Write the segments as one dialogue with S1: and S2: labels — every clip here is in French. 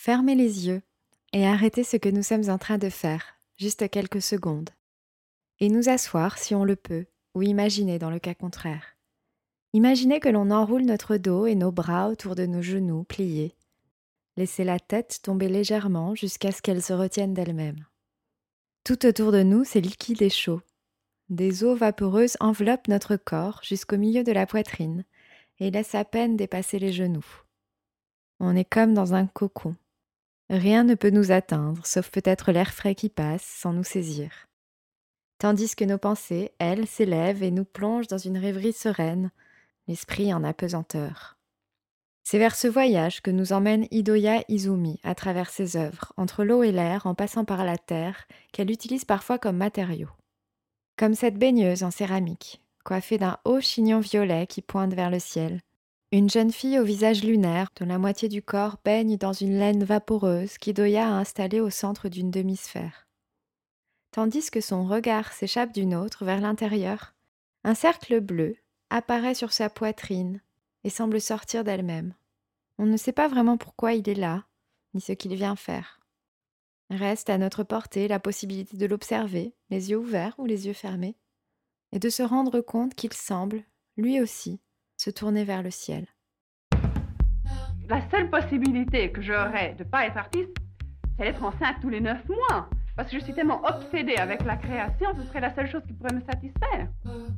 S1: Fermez les yeux et arrêtez ce que nous sommes en train de faire, juste quelques secondes. Et nous asseoir si on le peut, ou imaginer dans le cas contraire. Imaginez que l'on enroule notre dos et nos bras autour de nos genoux pliés. Laissez la tête tomber légèrement jusqu'à ce qu'elle se retienne d'elle-même. Tout autour de nous, c'est liquide et chaud. Des eaux vaporeuses enveloppent notre corps jusqu'au milieu de la poitrine et laissent à peine dépasser les genoux. On est comme dans un cocon. Rien ne peut nous atteindre, sauf peut-être l'air frais qui passe sans nous saisir. Tandis que nos pensées, elles, s'élèvent et nous plongent dans une rêverie sereine, l'esprit en apesanteur. C'est vers ce voyage que nous emmène Idoya Izumi à travers ses œuvres, entre l'eau et l'air, en passant par la terre, qu'elle utilise parfois comme matériau. Comme cette baigneuse en céramique, coiffée d'un haut chignon violet qui pointe vers le ciel. Une jeune fille au visage lunaire, dont la moitié du corps baigne dans une laine vaporeuse qu'Idoya a installée au centre d'une demi-sphère. Tandis que son regard s'échappe d'une autre vers l'intérieur, un cercle bleu apparaît sur sa poitrine et semble sortir d'elle-même. On ne sait pas vraiment pourquoi il est là, ni ce qu'il vient faire. Reste à notre portée la possibilité de l'observer, les yeux ouverts ou les yeux fermés, et de se rendre compte qu'il semble, lui aussi, se tourner vers le ciel.
S2: La seule possibilité que j'aurais de ne pas être artiste, c'est d'être enceinte tous les 9 mois. Parce que je suis tellement obsédée avec la création, ce serait la seule chose qui pourrait me satisfaire.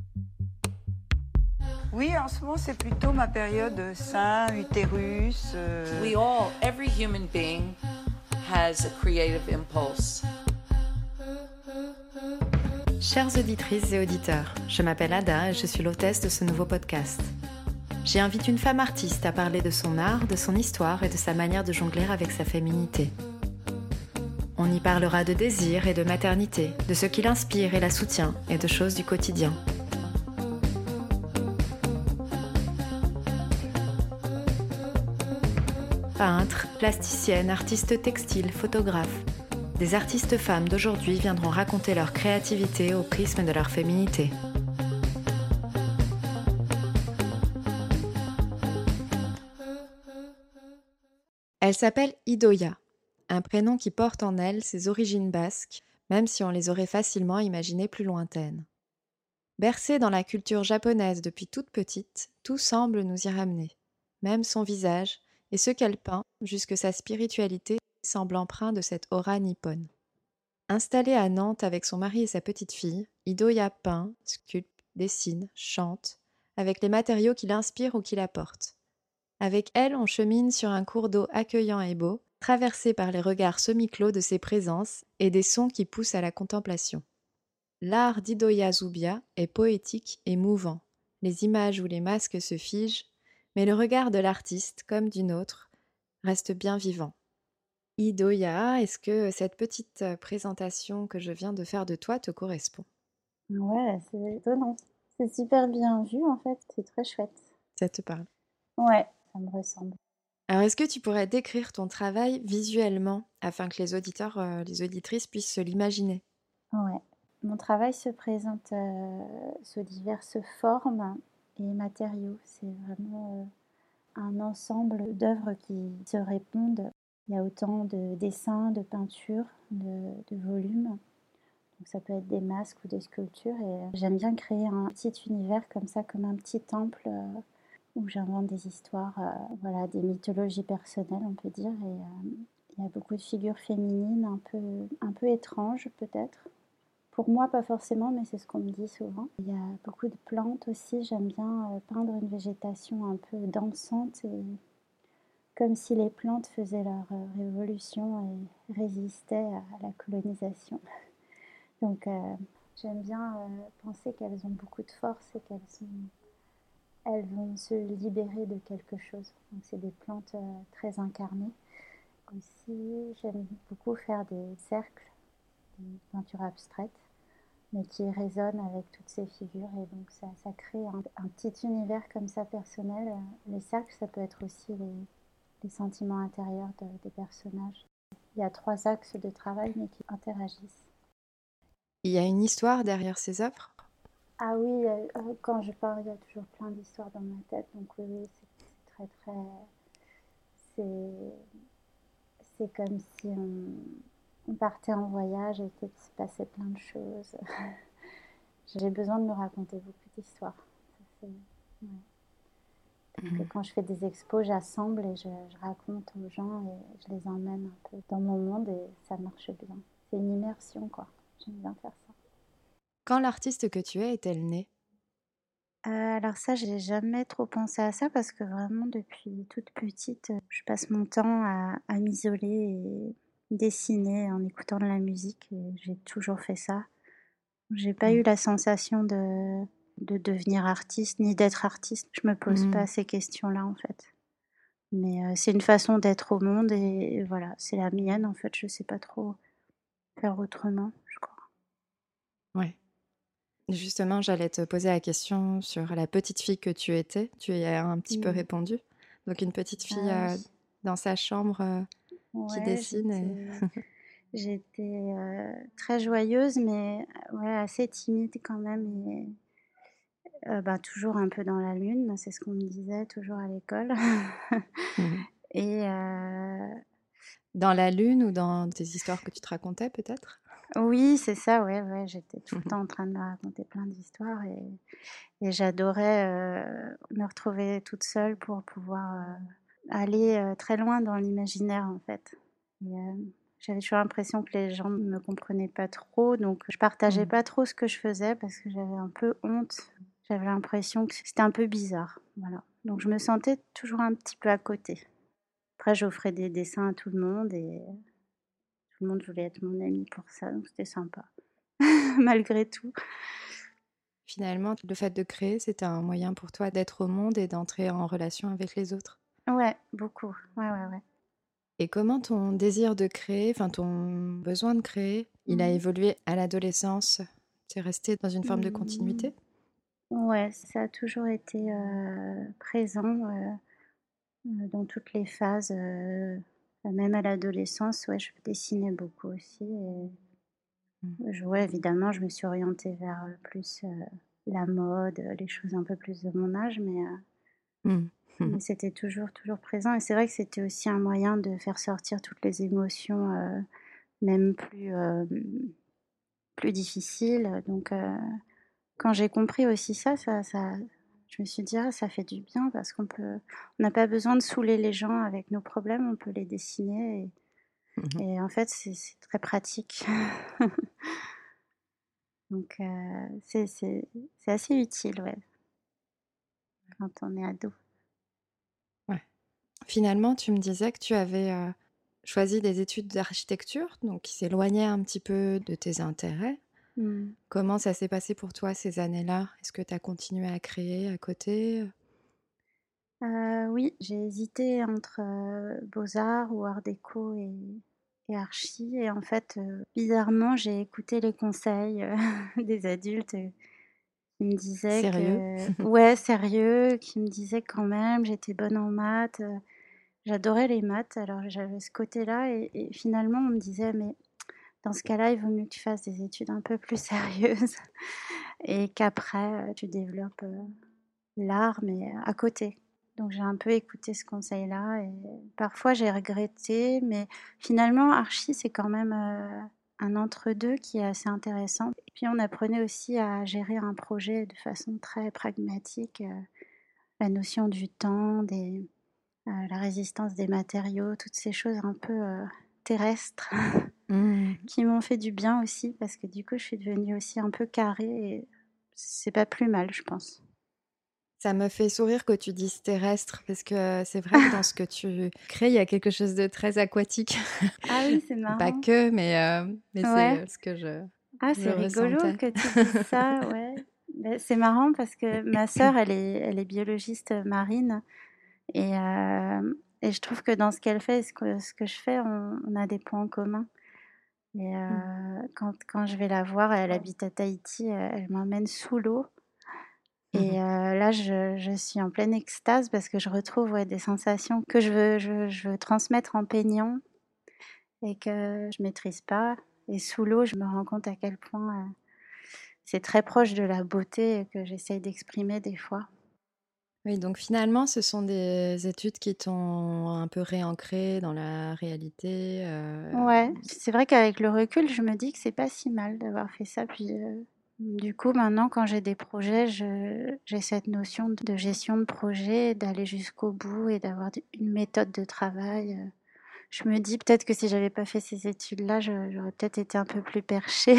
S3: Oui, en ce moment, c'est plutôt ma période sein, utérus.
S4: Every human being has a creative impulse.
S1: Chères auditrices et auditeurs, je m'appelle Ada et je suis l'hôtesse de ce nouveau podcast. J'y invite une femme artiste à parler de son art, de son histoire et de sa manière de jongler avec sa féminité. On y parlera de désir et de maternité, de ce qui l'inspire et la soutient et de choses du quotidien. Peintres, plasticiennes, artistes textiles, photographes. Des artistes femmes d'aujourd'hui viendront raconter leur créativité au prisme de leur féminité. Elle s'appelle Idoya, un prénom qui porte en elle ses origines basques, même si on les aurait facilement imaginées plus lointaines. Bercée dans la culture japonaise depuis toute petite, tout semble nous y ramener, même son visage et ce qu'elle peint, jusque sa spiritualité semble empreint de cette aura nippone. Installée à Nantes avec son mari et sa petite fille, Idoya peint, sculpte, dessine, chante, avec les matériaux qui l'inspirent ou qui la portent. Avec elle, on chemine sur un cours d'eau accueillant et beau, traversé par les regards semi-clos de ses présences et des sons qui poussent à la contemplation. L'art d'Idoya Zubia est poétique et mouvant, les images ou les masques se figent, mais le regard de l'artiste, comme d'une autre, reste bien vivant. Idoya, est-ce que cette petite présentation que je viens de faire de toi te correspond?
S5: Ouais, c'est étonnant. C'est super bien vu en fait, c'est très chouette.
S1: Ça te parle?
S5: Ouais, ça me ressemble.
S1: Alors, est-ce que tu pourrais décrire ton travail visuellement afin que les auditeurs, les auditrices puissent se l'imaginer?
S5: Ouais. Mon travail se présente sous diverses formes et matériaux. C'est vraiment un ensemble d'œuvres qui se répondent. Il y a autant de dessins, de peintures, de volumes. Donc ça peut être des masques ou des sculptures. Et j'aime bien créer un petit univers comme ça, comme un petit temple où j'invente des histoires, voilà, des mythologies personnelles, on peut dire. Et il y a beaucoup de figures féminines un peu étranges peut-être. Pour moi, pas forcément, mais c'est ce qu'on me dit souvent. Il y a beaucoup de plantes aussi. J'aime bien peindre une végétation un peu dansante, et comme si les plantes faisaient leur révolution et résistaient à la colonisation. Donc j'aime bien penser qu'elles ont beaucoup de force et elles vont se libérer de quelque chose. Donc c'est des plantes très incarnées. Aussi, j'aime beaucoup faire des cercles, des peintures abstraites, mais qui résonnent avec toutes ces figures. Et donc ça crée un petit univers comme ça personnel. Les cercles, ça peut être aussi les sentiments intérieurs des personnages. Il y a 3 axes de travail, mais qui interagissent.
S1: Il y a une histoire derrière ces œuvres?
S5: Ah oui, quand je parle, il y a toujours plein d'histoires dans ma tête. Donc oui, c'est très, très... c'est comme si on partait en voyage et qu'il se passait plein de choses. J'ai besoin de me raconter beaucoup d'histoires. Ça, ouais. Donc, quand je fais des expos, j'assemble et je raconte aux gens et je les emmène un peu dans mon monde et ça marche bien. C'est une immersion, quoi. J'aime bien faire ça.
S1: Quand l'artiste que tu es est-elle née?
S5: Alors ça, j'ai jamais trop pensé à ça parce que vraiment depuis toute petite, je passe mon temps à m'isoler et dessiner en écoutant de la musique et j'ai toujours fait ça. J'ai pas eu
S1: Mmh.
S5: la sensation de devenir artiste ni d'être artiste. Je me pose pas
S1: Mmh.
S5: ces questions-là, en fait. Mais c'est une façon d'être au monde et voilà, c'est la mienne, en fait, je sais pas trop faire autrement, je crois.
S1: Ouais. Justement, j'allais te poser la question sur la petite fille que tu étais. Tu y as un petit peu
S5: Mmh.
S1: répondu. Donc une petite fille
S5: Ah oui.
S1: dans sa chambre qui
S5: Ouais,
S1: dessine et
S5: j'étais, très joyeuse mais ouais, assez timide quand même et bah, toujours un peu dans la lune, c'est ce qu'on me disait toujours à l'école
S1: Mmh.
S5: et
S1: Dans la lune ou dans tes histoires que tu te racontais peut-être?
S5: oui, c'est ça, ouais, ouais, j'étais tout le temps en train de me raconter plein d'histoires et j'adorais, me retrouver toute seule pour pouvoir, aller, très loin dans l'imaginaire, en fait et j'avais toujours l'impression que les gens ne me comprenaient pas trop, donc je partageais
S1: Mmh.
S5: pas trop ce que je faisais parce que j'avais un peu honte. J'avais l'impression que c'était un peu bizarre, voilà. Donc je me sentais toujours un petit peu à côté. Après j'offrais des dessins à tout le monde et tout le monde voulait être mon ami pour ça, donc c'était sympa, malgré tout.
S1: Finalement, le fait de créer, c'était un moyen pour toi d'être au monde et d'entrer en relation avec les autres.
S5: Ouais, beaucoup. Ouais, ouais, ouais.
S1: Et comment ton désir de créer, enfin ton besoin de créer, il a
S5: Mmh.
S1: évolué à l'adolescence? C'est resté dans une forme de
S5: Mmh.
S1: continuité?
S5: Ouais, ça a toujours été, présent, dans toutes les phases, même à l'adolescence, ouais, je dessinais beaucoup aussi et
S1: Mmh.
S5: ouais, évidemment, je me suis orientée vers, plus, la mode, les choses un peu plus de mon âge,
S1: Mmh.
S5: mais c'était toujours présent et c'est vrai que c'était aussi un moyen de faire sortir toutes les émotions, même plus difficiles, donc quand j'ai compris aussi ça je me suis dit: «Ah, ça fait du bien parce on n'a pas besoin de saouler les gens avec nos problèmes, on peut les dessiner»
S1: Mmh.
S5: et en fait, c'est très pratique. Donc c'est assez utile, ouais, quand on est ado.
S1: Ouais. Finalement, tu me disais que tu avais choisi des études d'architecture, donc qui s'éloignaient un petit peu de tes intérêts.
S5: Mmh.
S1: Comment ça s'est passé pour toi ces années-là? Est-ce que tu as continué à créer à côté?
S5: Oui, j'ai hésité entre, beaux-arts ou art déco et archi et en fait, bizarrement, j'ai écouté les conseils, des adultes, qui me disaient
S1: Sérieux?
S5: que ouais, sérieux, qui me disaient que quand même j'étais bonne en maths, j'adorais les maths, alors j'avais ce côté-là et finalement on me disait: «Mais dans ce cas-là, il vaut mieux que tu fasses des études un peu plus sérieuses et qu'après, tu développes, l'art mais à côté». Donc j'ai un peu écouté ce conseil-là et parfois j'ai regretté, mais finalement archi, c'est quand même, un entre-deux qui est assez intéressant et puis on apprenait aussi à gérer un projet de façon très pragmatique, la notion du temps, la résistance des matériaux, toutes ces choses un peu, terrestres
S1: Mmh.
S5: qui m'ont fait du bien aussi parce que du coup, je suis devenue aussi un peu carrée et c'est pas plus mal, je pense.
S1: Ça me fait sourire que tu dises terrestre, parce que c'est vrai que dans ce que tu crées, il y a quelque chose de très aquatique.
S5: Ah oui, c'est
S1: Pas
S5: marrant.
S1: que, mais c'est
S5: Ouais.
S1: ce que
S5: Ah,
S1: je
S5: c'est rigolo
S1: ressentais.
S5: que tu dises ça, ouais. Beh, c'est marrant parce que ma sœur, elle est biologiste, marine et je trouve que dans ce qu'elle fait et ce que je fais, on a des points communs et
S1: Mmh.
S5: quand je vais la voir, elle habite à Tahiti, elle m'emmène sous l'eau et
S1: Mmh.
S5: là, je suis en pleine extase parce que je retrouve, ouais, des sensations que je veux transmettre en peignant et que je maîtrise pas et sous l'eau, je me rends compte à quel point, c'est très proche de la beauté que j'essaye d'exprimer des fois.
S1: Oui, donc finalement, ce sont des études qui t'ont un peu réancré dans la réalité.
S5: Ouais, c'est vrai qu'avec le recul, je me dis que c'est pas si mal d'avoir fait ça. Puis, du coup, maintenant, quand j'ai des projets, j'ai cette notion de gestion de projet, d'aller jusqu'au bout et d'avoir une méthode de travail. Je me dis peut-être que si j'avais pas fait ces études-là, j'aurais peut-être été un peu plus perchée.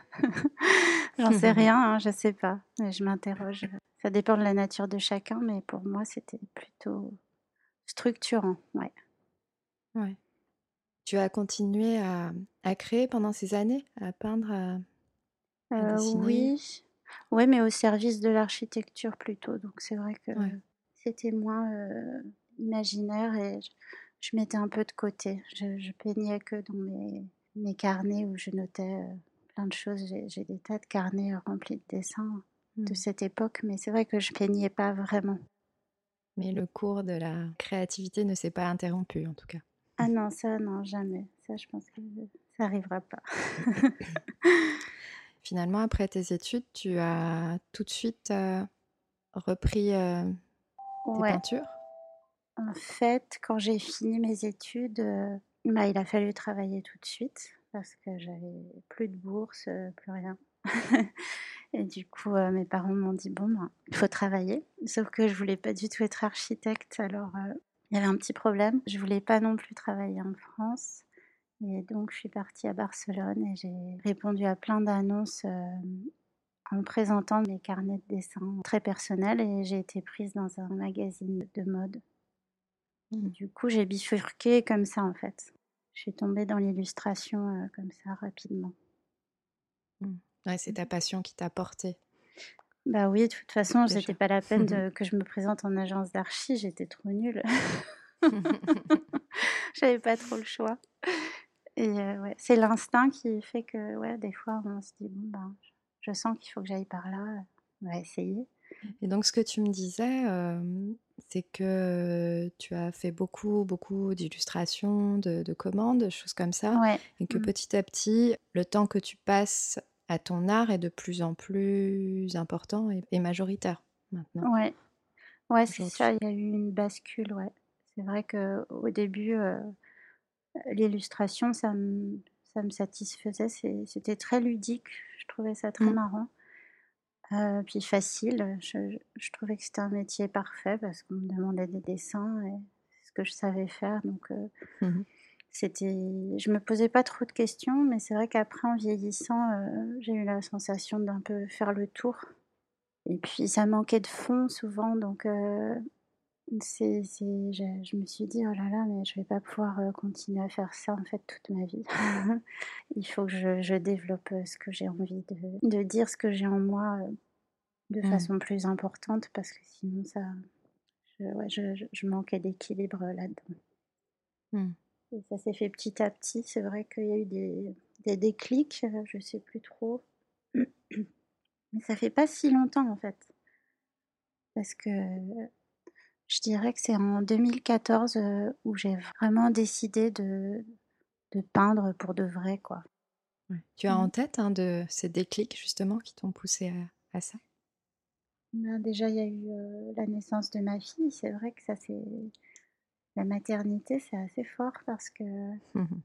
S5: J'en sais rien, hein, je sais pas. Mais je m'interroge. Ça dépend de la nature de chacun, mais pour moi, c'était plutôt structurant, ouais.
S1: Ouais. Tu as continué à créer pendant ces années, à peindre, à dessiner.
S5: Oui. Ouais, mais au service de l'architecture plutôt, donc c'est vrai que
S1: Ouais.
S5: c'était moins, imaginaire et je mettais un peu de côté. Je peignais que dans mes carnets où je notais, plein de choses. J'ai des tas de carnets remplis de dessins de
S1: Mm.
S5: cette époque, mais c'est vrai que je peignais pas vraiment.
S1: Mais le cours de la créativité ne s'est pas interrompu, en tout cas.
S5: Ah non, ça non, jamais. Ça, je pense que ça arrivera pas.
S1: Finalement, après tes études, tu as tout de suite repris tes
S5: Ouais.
S1: peintures.
S5: En fait, quand j'ai fini mes études, bah, il a fallu travailler tout de suite parce que j'avais plus de bourse, plus rien. Et du coup, mes parents m'ont dit: «Bon, ben, il faut travailler». Sauf que je voulais pas du tout être architecte, alors, il y avait un petit problème. Je voulais pas non plus travailler en France et donc je suis partie à Barcelone et j'ai répondu à plein d'annonces, en présentant mes carnets de dessin très personnels et j'ai été prise dans un magazine de mode. Et
S1: Mm.
S5: du coup, j'ai bifurqué comme ça, en fait. Je suis tombée dans l'illustration, comme ça, rapidement.
S1: Mm. Ouais, c'est ta passion qui t'a porté
S5: Bah oui, de toute façon, c'était
S1: déjà.
S5: pas la peine que je me présente en agence d'archi, j'étais trop nulle. J'avais pas trop le choix. Et ouais, c'est l'instinct qui fait que, ouais, des fois, on se dit: «Bon, ben, je sens qu'il faut que j'aille par là, on va essayer».
S1: Et donc, ce que tu me disais, c'est que tu as fait beaucoup, beaucoup d'illustrations, de commandes, de choses comme ça,
S5: Ouais.
S1: et que
S5: Mmh.
S1: petit à petit, le temps que tu passes à ton art est de plus en plus important et majoritaire maintenant,
S5: Ouais. Ouais, c'est ça,
S1: aujourd'hui.
S5: il y a eu une bascule, ouais. C'est vrai qu'au début, l'illustration, ça me satisfaisait, c'était très ludique, je trouvais ça très
S1: Mm.
S5: marrant, puis facile. Je trouvais que c'était un métier parfait parce qu'on me demandait des dessins et c'est ce que je savais faire donc
S1: Mhm.
S5: je me posais pas trop de questions, mais c'est vrai qu'après en vieillissant, j'ai eu la sensation d'un peu faire le tour et puis ça manquait de fond souvent donc je me suis dit: «Oh là là, mais je vais pas pouvoir, continuer à faire ça, en fait, toute ma vie. Il faut que je développe, ce que j'ai envie de dire ce que j'ai en moi, de
S1: Mm.
S5: façon plus importante parce que sinon ça ouais, je manquais d'équilibre, là-dedans».
S1: Mm.
S5: Et ça s'est fait petit à petit. C'est vrai qu'il y a eu des déclics, je sais plus trop, mais ça fait pas si longtemps, en fait, parce que je dirais que c'est en 2014, où j'ai vraiment décidé de peindre pour de vrai, quoi.
S1: Ouais. Tu as
S5: Mmh.
S1: en tête un de ces déclics justement qui t'ont poussé à ça?
S5: Ben, déjà, il y a eu, la naissance de ma fille. C'est vrai que ça, c'est la maternité, c'est assez fort parce que
S1: Mhm.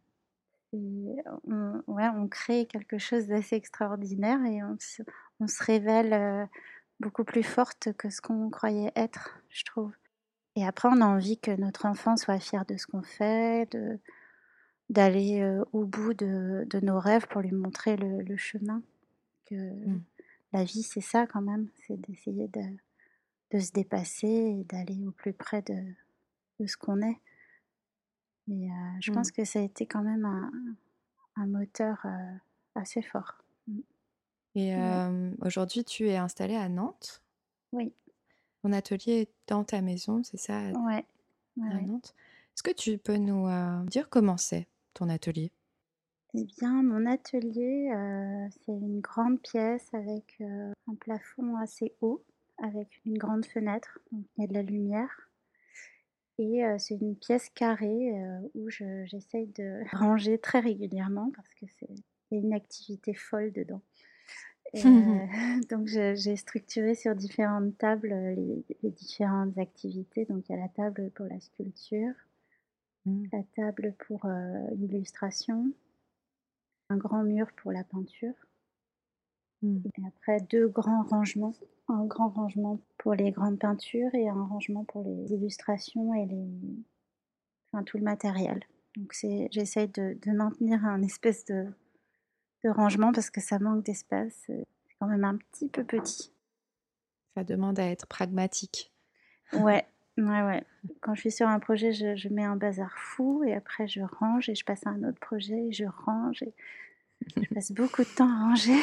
S5: on crée quelque chose d'assez extraordinaire et on se révèle, beaucoup plus forte que ce qu'on croyait être, je trouve. Et après, on a envie que notre enfant soit fier de ce qu'on fait, d'aller, au bout de nos rêves pour lui montrer le chemin. Que
S1: Mm.
S5: la vie, c'est ça quand même, c'est d'essayer de se dépasser et d'aller au plus près de ce qu'on est. Et je
S1: Mm.
S5: pense que ça a été quand même un moteur, assez fort. Mmh.
S1: Et
S5: Ouais.
S1: aujourd'hui, tu es installée à Nantes.
S5: Oui,
S1: Ton atelier est dans ta maison, c'est ça,
S5: ouais, ouais,
S1: à
S5: ouais.
S1: Nantes. Est-ce que tu peux nous dire comment c'est ton atelier?
S5: Eh bien, mon atelier, c'est une grande pièce avec, un plafond assez haut, avec une grande fenêtre, donc il y a de la lumière et c'est une pièce carrée, où j'essaye de ranger très régulièrement parce que c'est il y a une activité folle dedans Et, donc j'ai structuré sur différentes tables les différentes activités. Donc il y a la table pour la sculpture, la table pour l'illustration, un grand mur pour la peinture, et après 2 grands rangements. Un grand rangement pour les grandes peintures et un rangement pour les illustrations et enfin, tout le matériel. Donc j'essaye de maintenir un espèce de rangement parce que ça manque d'espace. C'est quand même un petit peu petit.
S1: Ça demande à être pragmatique.
S5: Ouais, ouais. Quand je suis sur un projet, je mets un bazar fou et après je range et je passe à un autre projet et je range et je passe beaucoup de temps à ranger.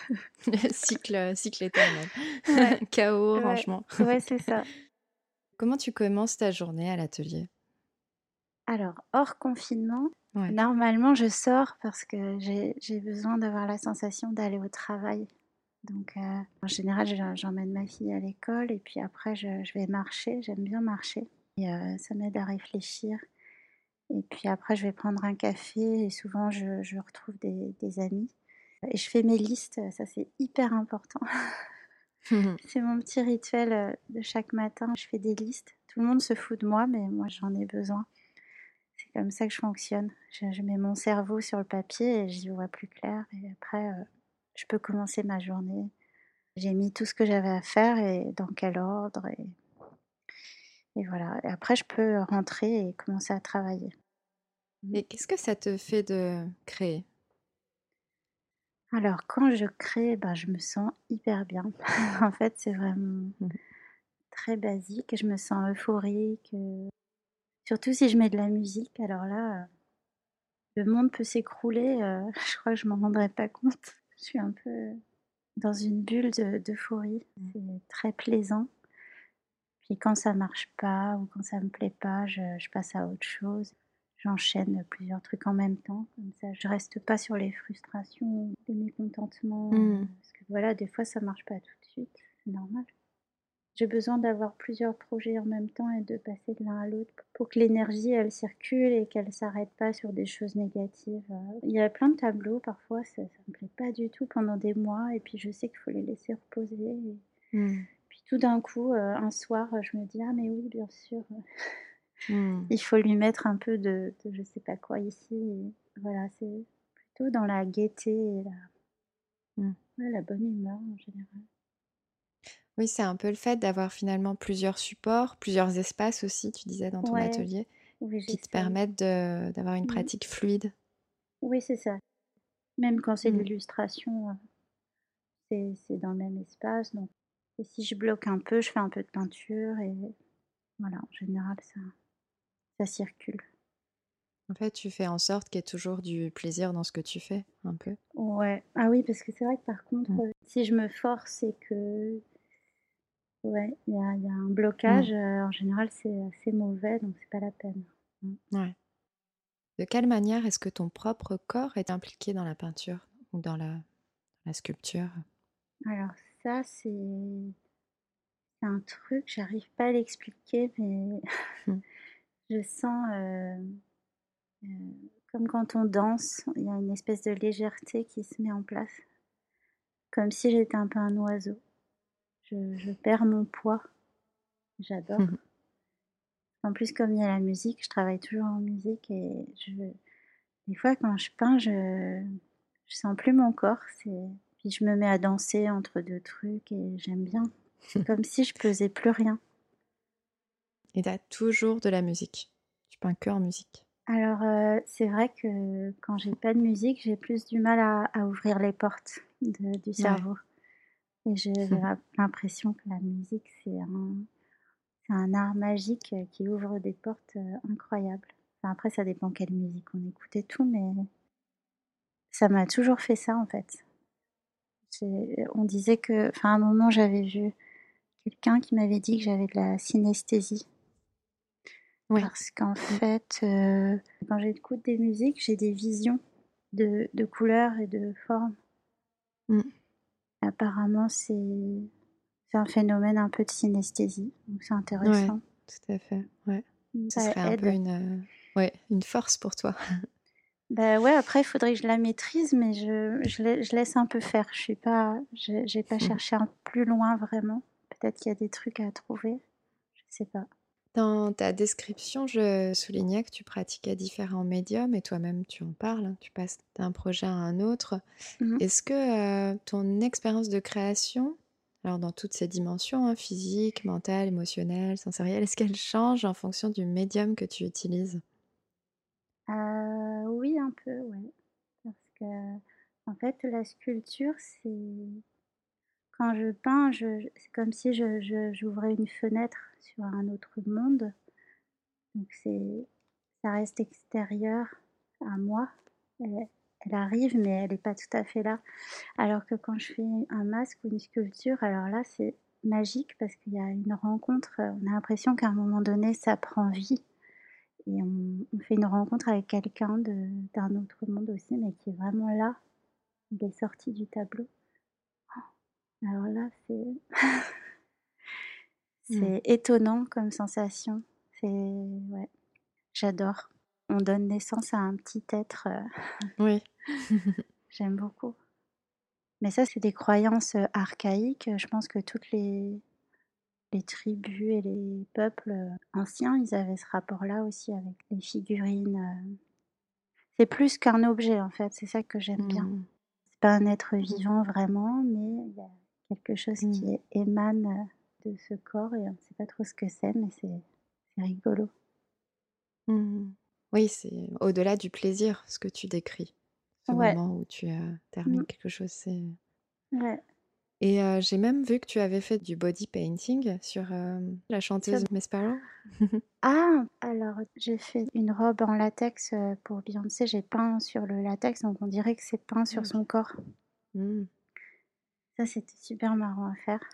S1: cycle éternel.
S5: Ouais,
S1: Chaos,
S5: ouais,
S1: rangement.
S5: ouais, c'est ça.
S1: Comment tu commences ta journée à l'atelier?
S5: Alors, hors confinement,
S1: Ouais.
S5: normalement, je sors parce que j'ai besoin d'avoir la sensation d'aller au travail. Donc, en général, j'emmène ma fille à l'école et puis après, je vais marcher. J'aime bien marcher et ça m'aide à réfléchir. Et puis après, je vais prendre un café et souvent, je retrouve des amis. Et je fais mes listes, ça c'est hyper important. C'est mon petit rituel de chaque matin. Je fais des listes. Tout le monde se fout de moi, mais moi, j'en ai besoin. C'est comme ça que je fonctionne. Je mets mon cerveau sur le papier et j'y vois plus clair. Et après, je peux commencer ma journée. J'ai mis tout ce que j'avais à faire et dans quel ordre. Et voilà. Et après, je peux rentrer et commencer à travailler.
S1: Et qu'est-ce que ça te fait de créer?
S5: Alors, quand je crée, ben, je me sens hyper bien. En fait, c'est vraiment très basique. Je me sens euphorique. Surtout si je mets de la musique. Alors là, le monde peut s'écrouler. Je crois que je m'en rendrai pas compte. Je suis un peu dans une bulle d'euphorie. C'est très plaisant. Puis quand ça marche pas ou quand ça me plaît pas, je passe à autre chose. J'enchaîne plusieurs trucs en même temps, comme ça je reste pas sur les frustrations, les mécontentements. Parce que voilà, des fois ça marche pas tout de suite, c'est normal. J'ai besoin d'avoir plusieurs projets en même temps et de passer de l'un à l'autre pour que l'énergie elle circule et qu'elle s'arrête pas sur des choses négatives. Il y a plein de tableaux, parfois ça me plaît pas du tout pendant des mois et puis je sais qu'il faut les laisser reposer. Puis tout d'un coup, un soir, je me dis: «Ah mais oui, bien sûr, il faut lui mettre un peu de je sais pas quoi ici» et voilà, c'est plutôt dans la gaieté et ouais, la bonne humeur en général.
S1: Oui, c'est un peu le fait d'avoir finalement plusieurs supports, plusieurs espaces aussi, tu disais dans ton
S5: Ouais,
S1: atelier,
S5: oui,
S1: qui te
S5: j'essaye.
S1: permettent d'avoir une
S5: Mmh.
S1: pratique fluide.
S5: Oui, c'est ça. Même quand c'est de
S1: Mmh.
S5: l'illustration, c'est dans le même espace donc et si je bloque un peu, je fais un peu de peinture et voilà, en général ça circule.
S1: En fait, tu fais en sorte qu'il y ait toujours du plaisir dans ce que tu fais, un peu.
S5: Ouais. Ah oui, parce que c'est vrai que par contre,
S1: Mmh.
S5: si je me force et que ouais, il y a un blocage,
S1: Mmh.
S5: en général, c'est assez mauvais, donc c'est pas la peine.
S1: Ouais. De quelle manière est-ce que ton propre corps est impliqué dans la peinture ou dans la sculpture?
S5: Alors ça, c'est un truc, j'arrive pas à l'expliquer, mais
S1: Mmh.
S5: je sens, heu, comme quand on danse, il y a une espèce de légèreté qui se met en place, comme si j'étais un peu un oiseau. Je perds mon poids, j'adore. En plus, comme il y a la musique, je travaille toujours en musique et des fois quand je peins, je sens plus mon corps, puis je me mets à danser entre 2 trucs et j'aime bien. C'est comme si je pesais plus rien.
S1: Et tu as toujours de la musique. Tu peins que en musique.
S5: Alors, c'est vrai que quand j'ai pas de musique, j'ai plus du mal à ouvrir les portes du
S1: Ouais.
S5: cerveau et j'ai l'impression que la musique, c'est un art magique, qui ouvre des portes, incroyables. Enfin, après ça dépend quelle musique on écoute et tout, mais ça m'a toujours fait ça, en fait. On disait que enfin, à un moment, j'avais vu quelqu'un qui m'avait dit que j'avais de la synesthésie
S1: Oui.
S5: parce qu'en fait, quand j'écoute des musiques, j'ai des visions de couleurs et de formes.
S1: Mmh.
S5: Apparemment, c'est un phénomène un peu de synesthésie, donc c'est
S1: Ouais,
S5: intéressant.
S1: tout à fait, ouais. Ce
S5: Ça
S1: serait un peu
S5: aide.
S1: ouais, une force pour toi.
S5: Bah, ouais, après il faudrait que je la maîtrise, mais je laisse un peu faire. Je suis pas j'ai pas cherché un plus loin vraiment. Peut-être qu'il y a des trucs à trouver, je sais pas.
S1: Dans ta description, je soulignais que tu pratiquais différents médiums et toi-même tu en parles, hein, tu passes d'un projet à un autre.
S5: Mmh.
S1: Est-ce que ton expérience de création, alors dans toutes ses dimensions, hein, physique, mentale, émotionnelle, sensorielle, est-ce qu'elle change en fonction du médium que tu utilises?
S5: Oui un peu, ouais. Parce que en fait la sculpture c'est quand je peins, c'est comme si j'ouvrais une fenêtre sur un autre monde. Donc ça reste extérieur à moi. Elle elle arrive, mais elle est pas tout à fait là. Alors que quand je fais un masque ou une sculpture, alors là, c'est magique parce qu'il y a une rencontre, on a l'impression qu'à un moment donné, ça prend vie et on fait une rencontre avec quelqu'un d'un autre monde aussi, mais qui est vraiment là. Il est sorti du tableau. Alors là,
S1: Hmm.
S5: c'est étonnant comme sensation. C'est ouais, j'adore. On donne naissance à un petit être,
S1: Oui.
S5: j'aime beaucoup. Mais ça, c'est des croyances, archaïques, je pense que toutes les tribus et les peuples, anciens, ils avaient ce rapport-là aussi avec les figurines, c'est plus qu'un objet, en fait, c'est ça que j'aime bien.
S1: Hmm.
S5: C'est pas un être
S1: Hmm.
S5: vivant vraiment, mais il y a quelque chose
S1: Hmm.
S5: qui émane, de ce corps et on ne sait pas trop ce que c'est, mais c'est rigolo.
S1: Hmm. Oui, c'est au-delà du plaisir, ce que tu décris. Ce
S5: Ouais,
S1: moment où tu
S5: mmh,
S1: termines quelque chose, c'est...
S5: ouais.
S1: Et j'ai même vu que tu avais fait du body painting sur la
S5: Sur
S1: chanteuse Miss Sparrow.
S5: Ah! Alors, j'ai fait une robe en latex, pour Beyoncé, j'ai peint sur le latex, donc on dirait que c'est peint sur son corps.
S1: Hmm.
S5: Ça, c'était super marrant à faire.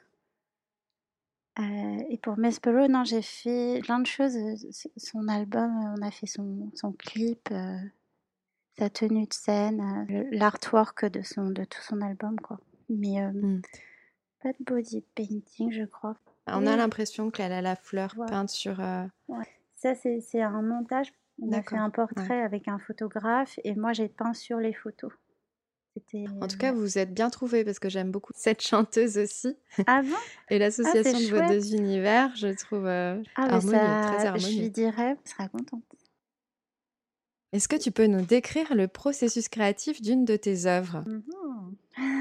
S5: Et pour Mespero, non, j'ai fait plein de choses, son album, on a fait son clip, sa tenue de scène, l'artwork de tout son album, quoi. Mais,
S1: Hmm.
S5: pas de body painting, je crois.
S1: On a
S5: Oui,
S1: l'impression qu'elle a la
S5: je
S1: fleur
S5: vois.
S1: peinte sur...
S5: Ouais. Ça, c'est un montage. On a fait
S1: D'accord,
S5: un
S1: ouais.
S5: portrait avec un photographe et moi, j'ai peint sur les photos. C'était,
S1: En tout cas, vous vous êtes bien trouvés parce que j'aime beaucoup cette chanteuse aussi.
S5: Ah bon?
S1: Et
S5: Ah, c'est
S1: l'association de vos deux
S5: chouette!
S1: univers, je trouve
S5: Ah, mais
S1: harmonieux, très
S5: ça je
S1: harmonieux.
S5: lui dirai, elle sera contente.
S1: Est-ce que tu peux nous décrire le processus créatif d'une de tes œuvres?
S5: Mmh.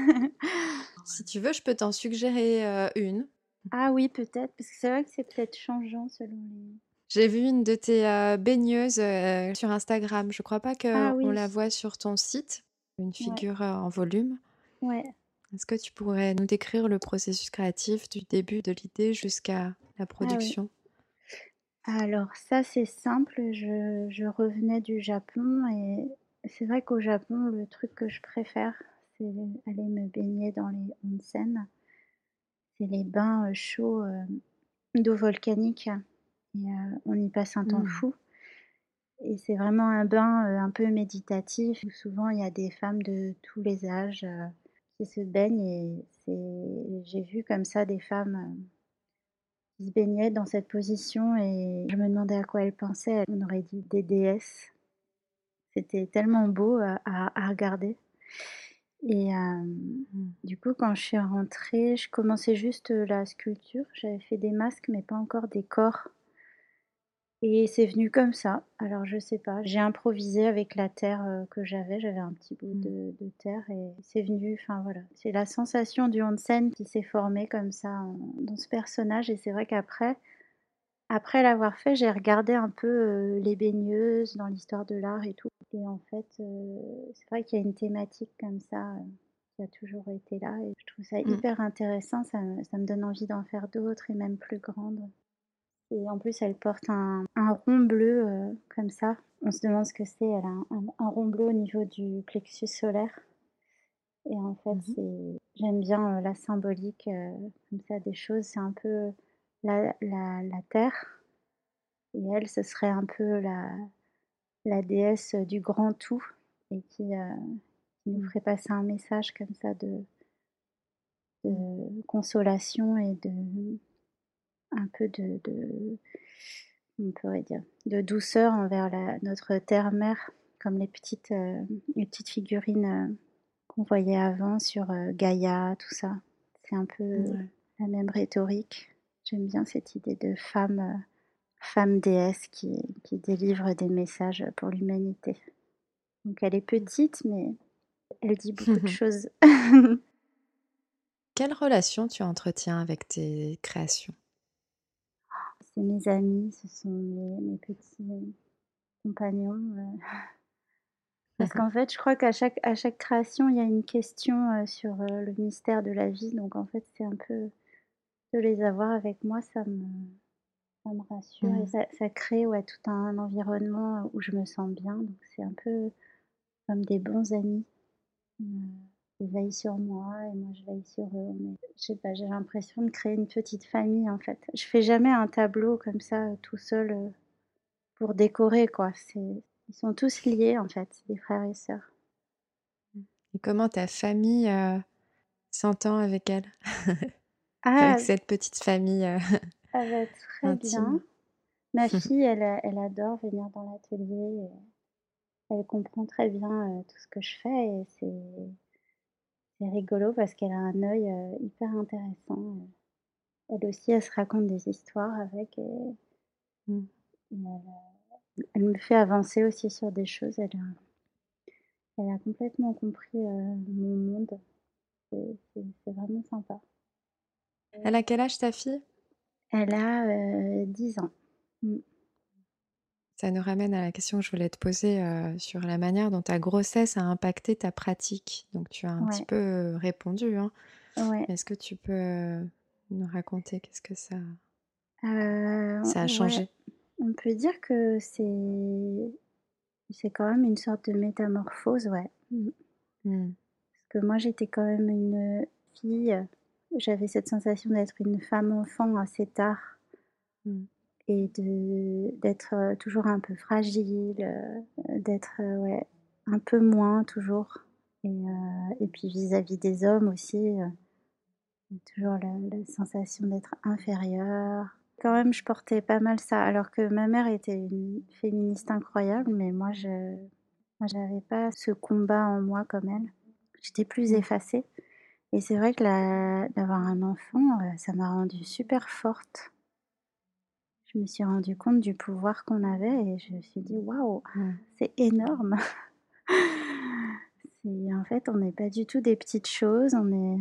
S1: Si tu veux, je peux t'en suggérer une.
S5: Ah oui, peut-être, parce que c'est vrai que c'est peut-être changeant selon les
S1: J'ai vu une de tes baigneuses sur Instagram. Je crois pas
S5: ah
S1: qu'on
S5: oui,
S1: la voit sur ton site, une
S5: ouais,
S1: figure en volume.
S5: ouais.
S1: Est-ce que tu pourrais nous décrire le processus créatif du début de l'idée jusqu'à la
S5: Ah oui.
S1: production?
S5: Alors ça, c'est simple, je revenais du Japon et c'est vrai qu'au Japon, le truc que je préfère, c'est aller me baigner dans les onsen. C'est les bains, chauds, d'eau volcanique et on y passe un temps
S1: Hmm.
S5: fou et c'est vraiment un bain, un peu méditatif où souvent il y a des femmes de tous les âges, qui se baignent et j'ai vu comme ça des femmes, qui se baignaient dans cette position et je me demandais à quoi elles pensaient. On aurait dit des déesses. C'était tellement beau, à regarder et
S1: Hmm.
S5: du coup, quand je suis rentrée, je commençais juste, la sculpture. J'avais fait des masques, mais pas encore des corps et c'est venu comme ça. Alors je sais pas, j'ai improvisé avec la terre, que j'avais un petit bout
S1: Hmm.
S5: de terre et c'est venu, enfin voilà. C'est la sensation du onsen qui s'est formée comme ça en dans ce personnage et c'est vrai après l'avoir fait, j'ai regardé un peu, les baigneuses dans l'histoire de l'art et tout et en fait, c'est vrai qu'il y a une thématique comme ça, qui a toujours été là et je trouve ça
S1: Hmm.
S5: hyper intéressant. Ça me donne envie d'en faire d'autres et même plus grandes et en plus, elle porte un rond bleu, comme ça. On se demande ce que c'est. Elle a un rond bleu au niveau du plexus solaire et en fait,
S1: Mhm.
S5: j'aime bien, la symbolique, comme ça des choses. C'est un peu la terre et elle, ce serait un peu la déesse du grand tout et qui nous
S1: Hmm.
S5: ferait passer un message comme ça
S1: Hmm.
S5: de consolation et un peu on pourrait dire, de douceur envers notre terre-mère. comme les petites figurines qu'on voyait avant sur Gaïa, tout ça. C'est un peu
S1: Ouais.
S5: la même rhétorique. J'aime bien cette idée de femme déesse qui délivre des messages pour l'humanité. Donc elle est petite, mais elle dit beaucoup de choses.
S1: Quelle relation tu entretiens avec tes créations?
S5: C'est mes amis, ce sont mes petits compagnons. Parce qu'en fait, je crois à chaque création, il y a une question sur le mystère de la vie. Donc en fait, c'est un peu de les avoir avec moi, ça me rassure et
S1: Mmh.
S5: ça crée ouais, tout un environnement où je me sens bien. Donc c'est un peu comme des bons amis. Heu, Ils veillent sur moi et moi je veille sur eux. Mais je sais pas, j'ai l'impression de créer une petite famille, en fait. Je fais jamais un tableau comme ça, tout seul, pour décorer, quoi. Ils sont tous liés, en fait, des frères et sœurs.
S1: Et comment ta famille, s'entend avec elle? Avec
S5: Ah!
S1: cette petite famille,
S5: Elle va très bien.
S1: intime?
S5: Ma fille, elle adore venir dans l'atelier et elle comprend très bien, tout ce que je fais et c'est rigolo parce qu'elle a un œil, hyper intéressant. Elle aussi, elle se raconte des histoires avec
S1: Mmh.
S5: et elle me fait avancer aussi sur des choses. Elle a complètement compris, mon monde. C'est vraiment sympa.
S1: Elle a quel âge ta fille?
S5: Elle a, 10 ans. Mmh.
S1: Ça nous ramène à la question que je voulais te poser, sur la manière dont ta grossesse a impacté ta pratique. Donc tu as un petit
S5: Ouais,
S1: peu, répondu, hein.
S5: ouais.
S1: Est-ce que tu peux, nous raconter qu'est-ce que ça a
S5: Ouais,
S1: changé?
S5: on peut dire que c'est quand même une sorte de métamorphose, ouais. Mmh.
S1: Mmh.
S5: Parce que moi, j'étais quand même une fille, j'avais cette sensation d'être une femme-enfant assez tard
S1: Mmh.
S5: et d'être, toujours un peu fragile, d'être, ouais, un peu moins toujours et puis vis-à-vis des hommes aussi, toujours la sensation d'être inférieure. Quand même, je portais pas mal ça, alors que ma mère était une féministe incroyable, mais moi j'avais pas ce combat en moi comme elle. J'étais plus
S1: Mmh.
S5: effacée et c'est vrai que d'avoir un enfant, ça m'a rendue super forte. Je me suis rendu compte du pouvoir qu'on avait et je me suis dit: «Waouh,
S1: Mmh.
S5: c'est énorme!» C'est en fait, on n'est pas du tout des petites choses,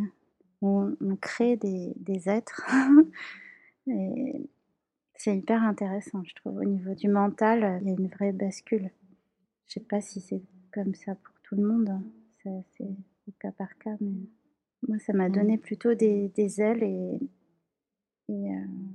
S5: on crée des êtres et c'est hyper intéressant, je trouve. Au niveau du mental, il y a une vraie bascule. Je sais pas si c'est comme ça pour tout le monde, hein. C'est au cas par cas, mais moi, ça m'a
S1: Mmh.
S5: donné plutôt des ailes et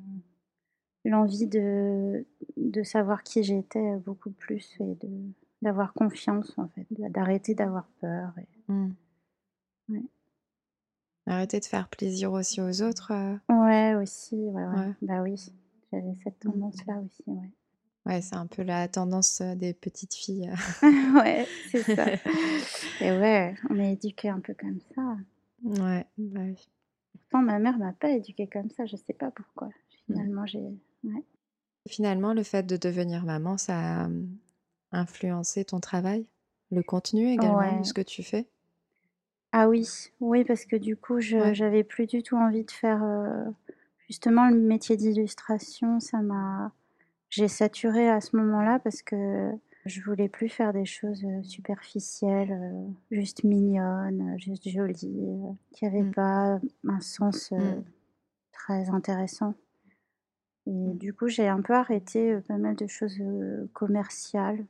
S5: l'envie de savoir qui j'étais, beaucoup plus et d'avoir confiance, en fait, d'arrêter d'avoir peur et
S1: Mmh.
S5: ouais.
S1: Arrêter de faire plaisir aussi aux autres,
S5: Ouais, aussi, ouais, ouais.
S1: ouais.
S5: Bah oui, j'avais cette
S1: Mmh.
S5: tendance-là aussi, ouais.
S1: Ouais, c'est un peu la tendance, des petites filles,
S5: Ouais, c'est ça et ouais, on est éduqués un peu comme ça.
S1: Ouais, bah, oui.
S5: Pourtant ma mère m'a pas éduquée comme ça, je sais pas pourquoi.
S1: Mmh.
S5: Finalement, ouais.
S1: Finalement, le fait de devenir maman, ça a, influencé ton travail? Le contenu également de ce
S5: Ouais.
S1: que tu fais?
S5: Ah oui, oui, parce que du coup,
S1: Ouais.
S5: j'avais plus du tout envie de faire, justement le métier d'illustration, j'ai saturé à ce moment-là parce que je voulais plus faire des choses, superficielles, juste mignonnes, juste jolies, qui avaient
S1: Mmh.
S5: pas un sens,
S1: Mmh.
S5: très intéressant et
S1: Mmh.
S5: du coup, j'ai un peu arrêté, pas mal de choses, commerciales.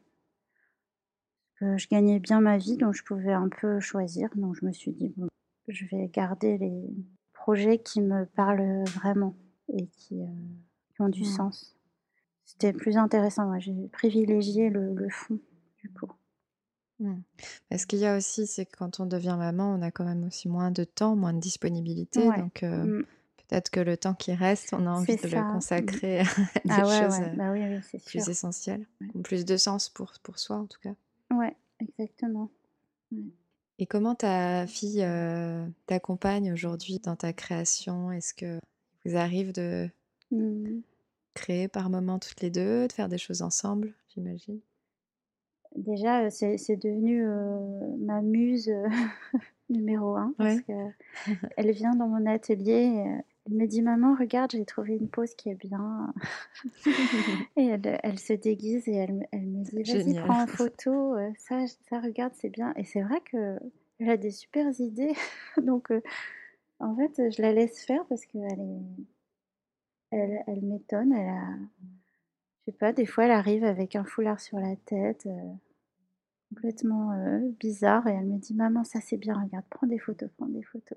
S5: Je gagnais bien ma vie, donc je pouvais un peu choisir. Donc je me suis dit: «Bon, je vais garder les projets qui me parlent vraiment et qui ont du
S1: Mmh.
S5: sens». C'était plus intéressant, ouais, j'ai privilégié le fond, du coup.
S1: Mmh. Parce qu'il y a aussi, c'est que quand on devient maman, on a quand même aussi moins de temps, moins de disponibilité,
S5: Ouais,
S1: donc
S5: mmh,
S1: peut-être que le temps qui reste, on a envie
S5: c'est
S1: de le
S5: ça, mmh.
S1: consacrer à des
S5: Ah ouais,
S1: choses,
S5: ouais, bah oui, oui, c'est
S1: plus
S5: sûr.
S1: essentielles,
S5: Ouais,
S1: qui ont plus de sens pour soi, en tout cas.
S5: ouais, exactement. Ouais.
S1: Et comment ta fille, t'accompagne aujourd'hui dans ta création? Est-ce que vous arrive de
S5: Mmh.
S1: créer par moments toutes les 2, de faire des choses ensemble, j'imagine?
S5: déjà, c'est devenu ma muse numéro un parce
S1: Ouais.
S5: qu'elle vient dans mon atelier et elle me dit: «Maman, regarde, j'ai trouvé une pose qui est bien». Et elle se déguise et elle me dit: «Vas-y,
S1: Génial.
S5: prends en photo, ça regarde, c'est bien». Et c'est vrai qu'elle a des supers idées. Donc en fait, je la laisse faire parce qu'elle m'étonne. Je sais pas, des fois, elle arrive avec un foulard sur la tête, complètement, bizarre, et elle me dit: «Maman, ça c'est bien, regarde, prends des photos, prends des photos».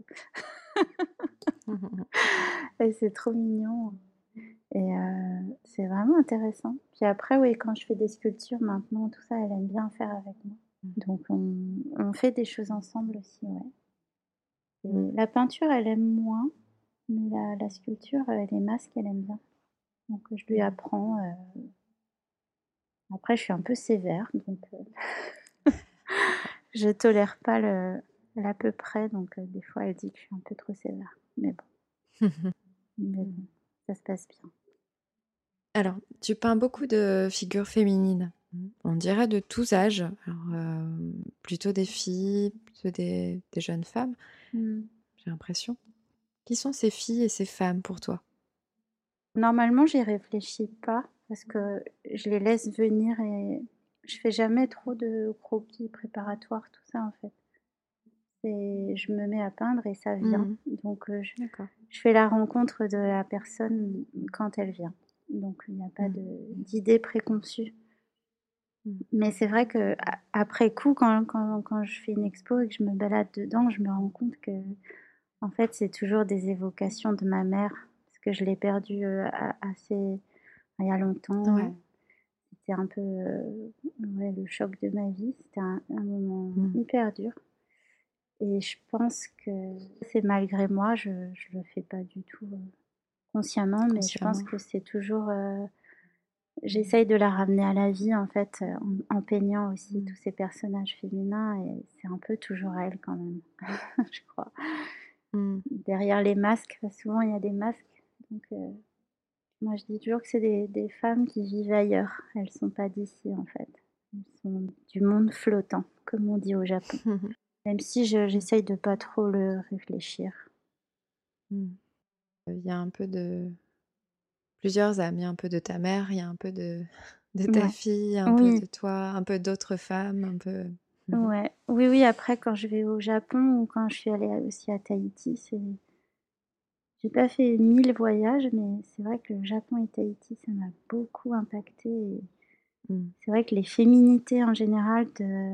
S5: Et c'est trop mignon. Et c'est vraiment intéressant. Puis après, oui, quand je fais des sculptures maintenant, tout ça, elle aime bien faire avec moi. Donc on fait des choses ensemble aussi, ouais. Et la peinture, elle aime moins, mais la sculpture, les masques, elle aime bien. Donc je lui apprends. Après, je suis un peu sévère, donc je tolère pas l'à peu près. Donc des fois, elle dit que je suis un peu trop sévère. Mais bon, ça se passe bien.
S1: Alors, tu peins beaucoup de figures féminines. On dirait de tous âges. Alors, plutôt des filles, plutôt des jeunes femmes,
S5: Mm.
S1: j'ai l'impression. Qui sont ces filles et ces femmes pour toi?
S5: Normalement, j'y réfléchis pas parce que je les laisse venir et je fais jamais trop de croquis préparatoires, tout ça en fait. Je me mets à peindre et ça vient.
S1: Mhm.
S5: Donc
S1: D'accord.
S5: je fais la rencontre de la personne quand elle vient. Donc il n'y a pas d'idée préconçue. Mais c'est vrai que après coup, quand je fais une expo et que je me balade dedans, je me rends compte que en fait c'est toujours des évocations de ma mère parce que je l'ai perdue assez il y a
S1: Ouais.
S5: longtemps. C'était un peu ouais, le choc de ma vie. C'était un moment hyper dur. Et je pense que c'est malgré moi, je le fais pas du tout consciemment, mais je pense
S1: Consciemment.
S5: que c'est toujours. J'essaye de la ramener à la vie en fait, en peignant aussi tous ces personnages féminins, et c'est un peu toujours elle quand même, je crois.
S1: Mm.
S5: Derrière les masques, parce que souvent il y a des masques. Donc moi je dis toujours que c'est des femmes qui vivent ailleurs. Elles sont pas d'ici en fait. Elles sont du monde flottant, comme on dit au Japon. Même si j'essaye de pas trop le réfléchir.
S1: Mm. Il y a un peu de plusieurs âmes. Il y a un peu de ta mère, il y a un peu de ta
S5: Ouais.
S1: fille, un peu
S5: Oui,
S1: de toi, un peu d'autres femmes, un peu.
S5: ouais. Oui, oui, après quand je vais au Japon ou quand je suis allée aussi à Tahiti, j'ai pas fait 1000 voyages, mais c'est vrai que le Japon et Tahiti, ça m'a beaucoup impactée. Et
S1: Mm.
S5: c'est vrai que les féminités en général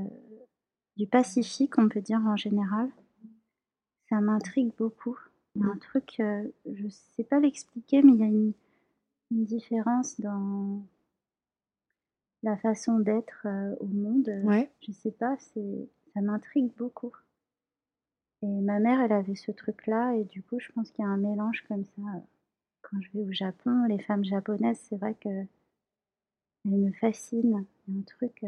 S5: du Pacifique, on peut dire en général, ça m'intrigue beaucoup. Il y a un truc, je sais pas l'expliquer, mais il y a une différence dans la façon d'être au monde.
S1: Ouais.
S5: Je sais pas, ça m'intrigue beaucoup. Et ma mère, elle avait ce truc-là, et du coup, je pense qu'il y a un mélange comme ça. Quand je vais au Japon, les femmes japonaises, c'est vrai qu'elles me fascinent. Il y a un truc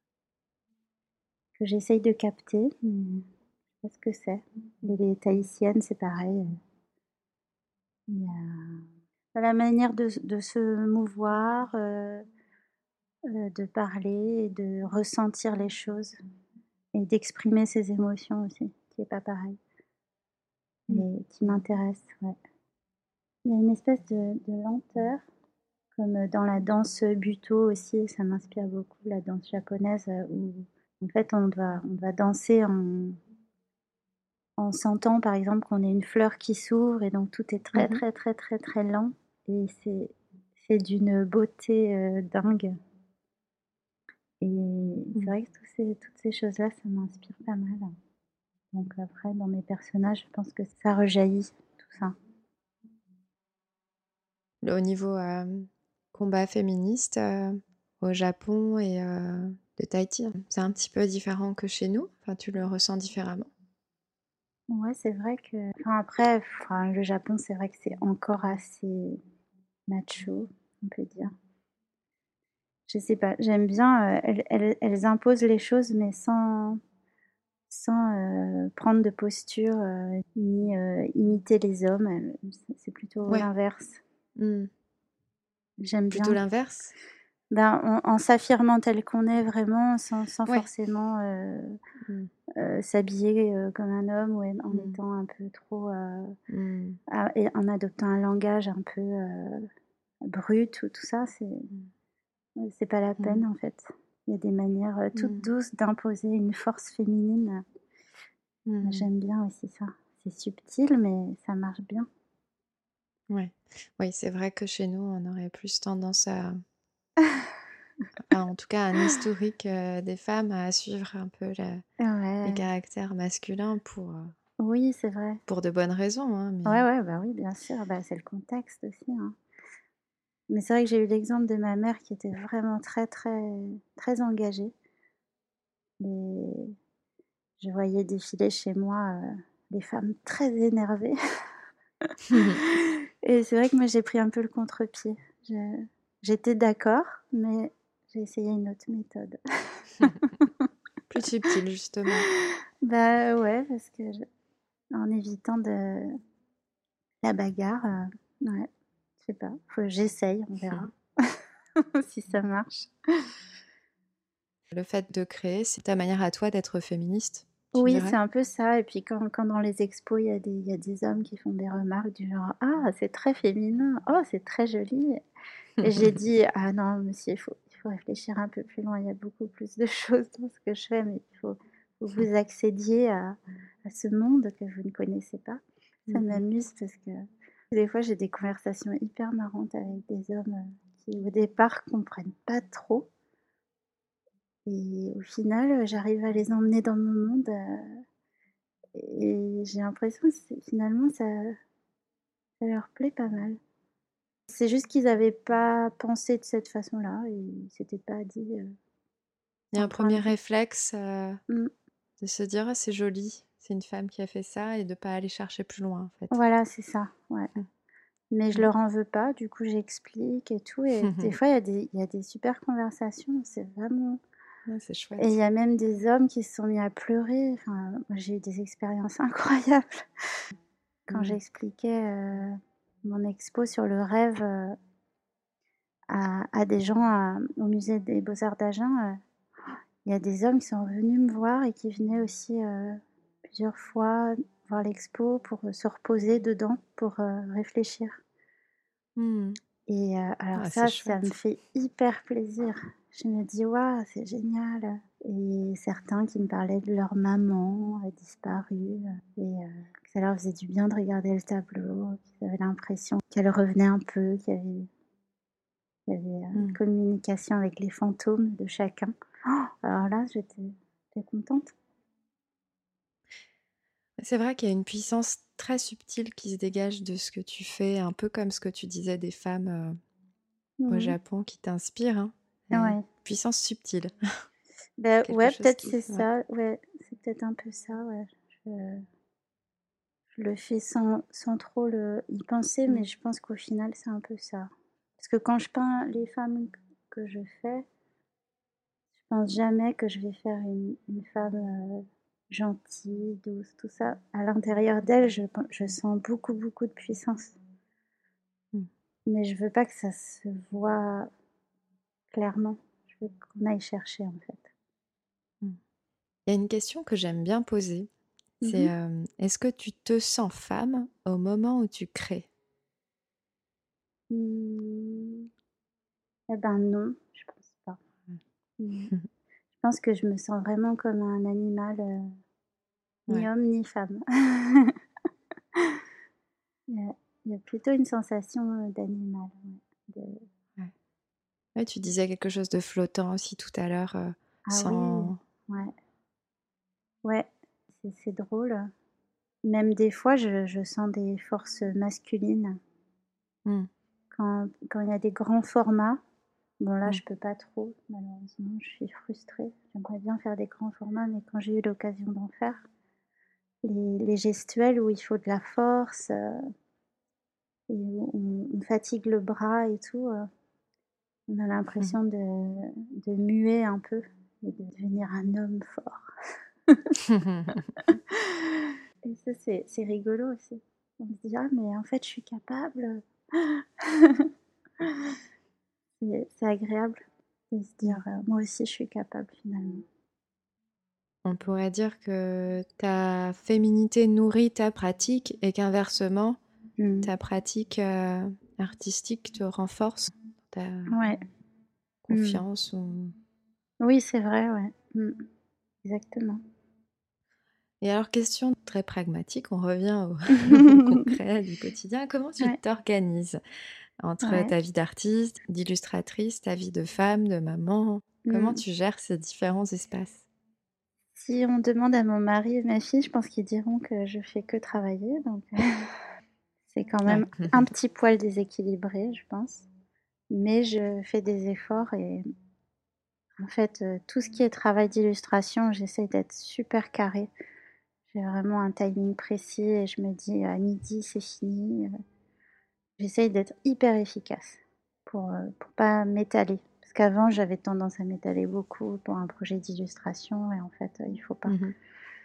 S5: que j'essaye de capter, mais je sais pas ce que c'est. Et les tahitiennes, c'est pareil. Il y a la manière de se mouvoir, de parler et de ressentir les choses et d'exprimer ses émotions aussi, qui est pas pareil et qui m'intéresse, ouais. Il y a une espèce de lenteur, comme dans la danse Buto aussi, ça m'inspire beaucoup, la danse japonaise, où en fait on doit danser en sentant par exemple qu'on est une fleur qui s'ouvre, et donc tout est très
S1: Mhm.
S5: très très très très lent, et c'est d'une beauté dingue. Et c'est vrai que toutes ces choses-là, ça m'inspire pas mal. Donc après, dans mes personnages, je pense que ça rejaillit tout ça.
S1: Au niveau combat féministe au Japon et de Tahiti, c'est un petit peu différent que chez nous. Enfin, tu le ressens différemment.
S5: Ouais, c'est vrai que. Enfin, après, le Japon, c'est vrai que c'est encore assez macho, on peut dire. Je sais pas, j'aime bien. Elles imposent les choses, mais sans prendre de posture, ni imiter les hommes. C'est plutôt
S1: Ouais.
S5: l'inverse.
S1: Mm.
S5: J'aime
S1: Plutôt
S5: bien.
S1: l'inverse.
S5: En s'affirmant tel qu'on est vraiment, sans
S1: Ouais.
S5: forcément
S1: Mmh.
S5: s'habiller comme un homme ou en
S1: Mmh.
S5: étant un peu trop,
S1: Mmh.
S5: et en adoptant un langage un peu brut ou tout ça, c'est pas la
S1: Mmh.
S5: peine en fait. Il y a des manières toutes
S1: Mmh.
S5: douces d'imposer une force féminine.
S1: Mmh.
S5: J'aime bien aussi ça. C'est subtil, mais ça marche bien.
S1: Ouais. Oui, c'est vrai que chez nous, on aurait plus tendance à enfin, en tout cas, un historique, des femmes à suivre un peu les
S5: Ouais,
S1: caractères masculins
S5: oui, c'est vrai.
S1: pour de bonnes raisons, hein, mais
S5: Ouais, ouais, bah oui, bien sûr. Bah, c'est le contexte aussi, hein. Mais c'est vrai que j'ai eu l'exemple de ma mère qui était vraiment très, très, très engagée. Et je voyais défiler chez moi des femmes très énervées. Et c'est vrai que moi, j'ai pris un peu le contre-pied. J'étais d'accord, mais j'ai essayé une autre méthode.
S1: plus subtil justement.
S5: Bah ouais, parce que en évitant la bagarre, ouais, je sais pas, j'essaye, on verra si ça marche.
S1: Le fait de créer, c'est ta manière à toi d'être féministe, tu
S5: Oui, c'est
S1: dirais?
S5: un peu ça. Et puis quand dans les expos, il y a des hommes qui font des remarques du genre: «Ah, c'est très féminin. Oh, c'est très joli». Et j'ai dit: «Ah non, monsieur, il faut réfléchir un peu plus loin. Il y a beaucoup plus de choses dans ce que je fais, mais faut que vous accédiez à ce monde que vous ne connaissez pas». Ça
S1: Mmh.
S5: m'amuse parce que des fois, j'ai des conversations hyper marrantes avec des hommes, qui au départ comprennent pas trop et au final, j'arrive à les emmener dans mon monde, et j'ai l'impression que finalement ça leur plaît pas mal. C'est juste qu'ils avaient pas pensé de cette façon-là et ils s'étaient pas dit,
S1: Il y a
S5: un
S1: un
S5: point de
S1: premier
S5: vue.
S1: réflexe,
S5: Mmh.
S1: de se dire: «Ah, c'est joli, c'est une femme qui a fait ça» et de pas aller chercher plus loin, en fait.
S5: Voilà, c'est ça, ouais.
S1: Mmh.
S5: Mais je
S1: Mmh.
S5: leur en veux pas, du coup j'explique et tout et des fois il y a des super conversations, c'est vraiment
S1: Ouais, c'est
S5: et il y
S1: chouette.
S5: a même des hommes qui se sont mis à pleurer, enfin, moi j'ai eu des expériences incroyables quand
S1: Mmh.
S5: j'expliquais, mon expo sur le rêve, à des gens, au musée des beaux-arts d'Agen, il y a des hommes qui sont venus me voir et qui venaient aussi, plusieurs fois voir l'expo pour, se reposer dedans, pour, réfléchir.
S1: Mmh.
S5: Et alors
S1: Ah, c'est
S5: ça me
S1: chouette.
S5: fait hyper plaisir. Je me dis: «Waouh, c'est génial» et certains qui me parlaient de leur maman, disparue, et que ça leur faisait du bien de regarder le tableau, qu'ils avaient l'impression qu'elle revenait un peu, qu'il y avait, une
S1: Mmh.
S5: communication avec les fantômes de chacun. Alors là, j'étais contente.
S1: C'est vrai qu'il y a une puissance très subtile qui se dégage de ce que tu fais, un peu comme ce que tu disais des femmes, au
S5: Mmh.
S1: Japon qui t'inspirent, hein.
S5: Ouais.
S1: Puissance subtile,
S5: Bah,
S1: quelque
S5: ouais,
S1: chose
S5: peut-être
S1: qui
S5: c'est
S1: ouais.
S5: ça, ouais, c'est peut-être un peu ça, ouais. Je je le fais sans trop y penser, mais
S1: Mmh.
S5: je pense qu'au final, c'est un peu ça. Parce que quand je peins les femmes que je fais, je pense jamais que je vais faire une femme, gentille, douce, tout ça. À l'intérieur d'elle, je sens beaucoup, beaucoup de puissance.
S1: Mmh.
S5: Mais je veux pas que ça se voie clairement. Je veux qu'on aille chercher, en fait.
S1: Mmh. Il y a une question que j'aime bien poser, c'est,
S5: Mmh.
S1: est-ce que tu te sens femme au moment où tu crées?
S5: Mmh, et ben, non, je pense pas. Mmh.
S1: Mmh.
S5: Je pense que je me sens vraiment comme un animal, ni
S1: Ouais,
S5: homme ni femme. Il y a plutôt une sensation, d'animal, ouais, de
S1: ouais. Ouais, tu disais quelque chose de flottant aussi tout à l'heure,
S5: ah oui,
S1: sans
S5: ouais, ouais, c'est drôle. Même des fois, je sens des forces masculines
S1: mmh,
S5: quand il y a des grands formats. Bon là,
S1: mmh,
S5: je peux pas trop malheureusement, je suis frustrée. J'aimerais bien faire des grands formats, mais quand j'ai eu l'occasion d'en faire, les gestuels où il faut de la force, et où on fatigue le bras et tout, on a
S1: mmh.
S5: l'impression de muer un peu et de devenir un homme fort. Et ça, c'est rigolo aussi. On se dit: «Ah mais en fait, je suis capable». C'est agréable. de se dire moi aussi je suis capable finalement.
S1: On pourrait dire que ta féminité nourrit ta pratique et qu'inversement,
S5: Mm.
S1: ta pratique artistique te renforce ta
S5: Ouais.
S1: confiance ou...
S5: Oui, c'est vrai, ouais. Exactement.
S1: Et alors, question très pragmatique, on revient au concret du quotidien. Comment tu
S5: Ouais.
S1: t'organises entre
S5: Ouais.
S1: ta vie d'artiste, d'illustratrice, ta vie de femme, de maman? Comment tu gères ces différents espaces?
S5: Si on demande à mon mari et ma fille, je pense qu'ils diront que je fais que travailler, donc c'est quand même
S1: Ouais.
S5: un petit poil déséquilibré, je pense. Mais je fais des efforts et en fait, tout ce qui est travail d'illustration, j'essaye d'être super carrée. J'ai vraiment un timing précis et je me dis à midi c'est fini. J'essaye d'être hyper efficace pour pas m'étaler. Parce qu'avant, j'avais tendance à m'étaler beaucoup pour un projet d'illustration et en fait, il faut pas.
S1: Mhm.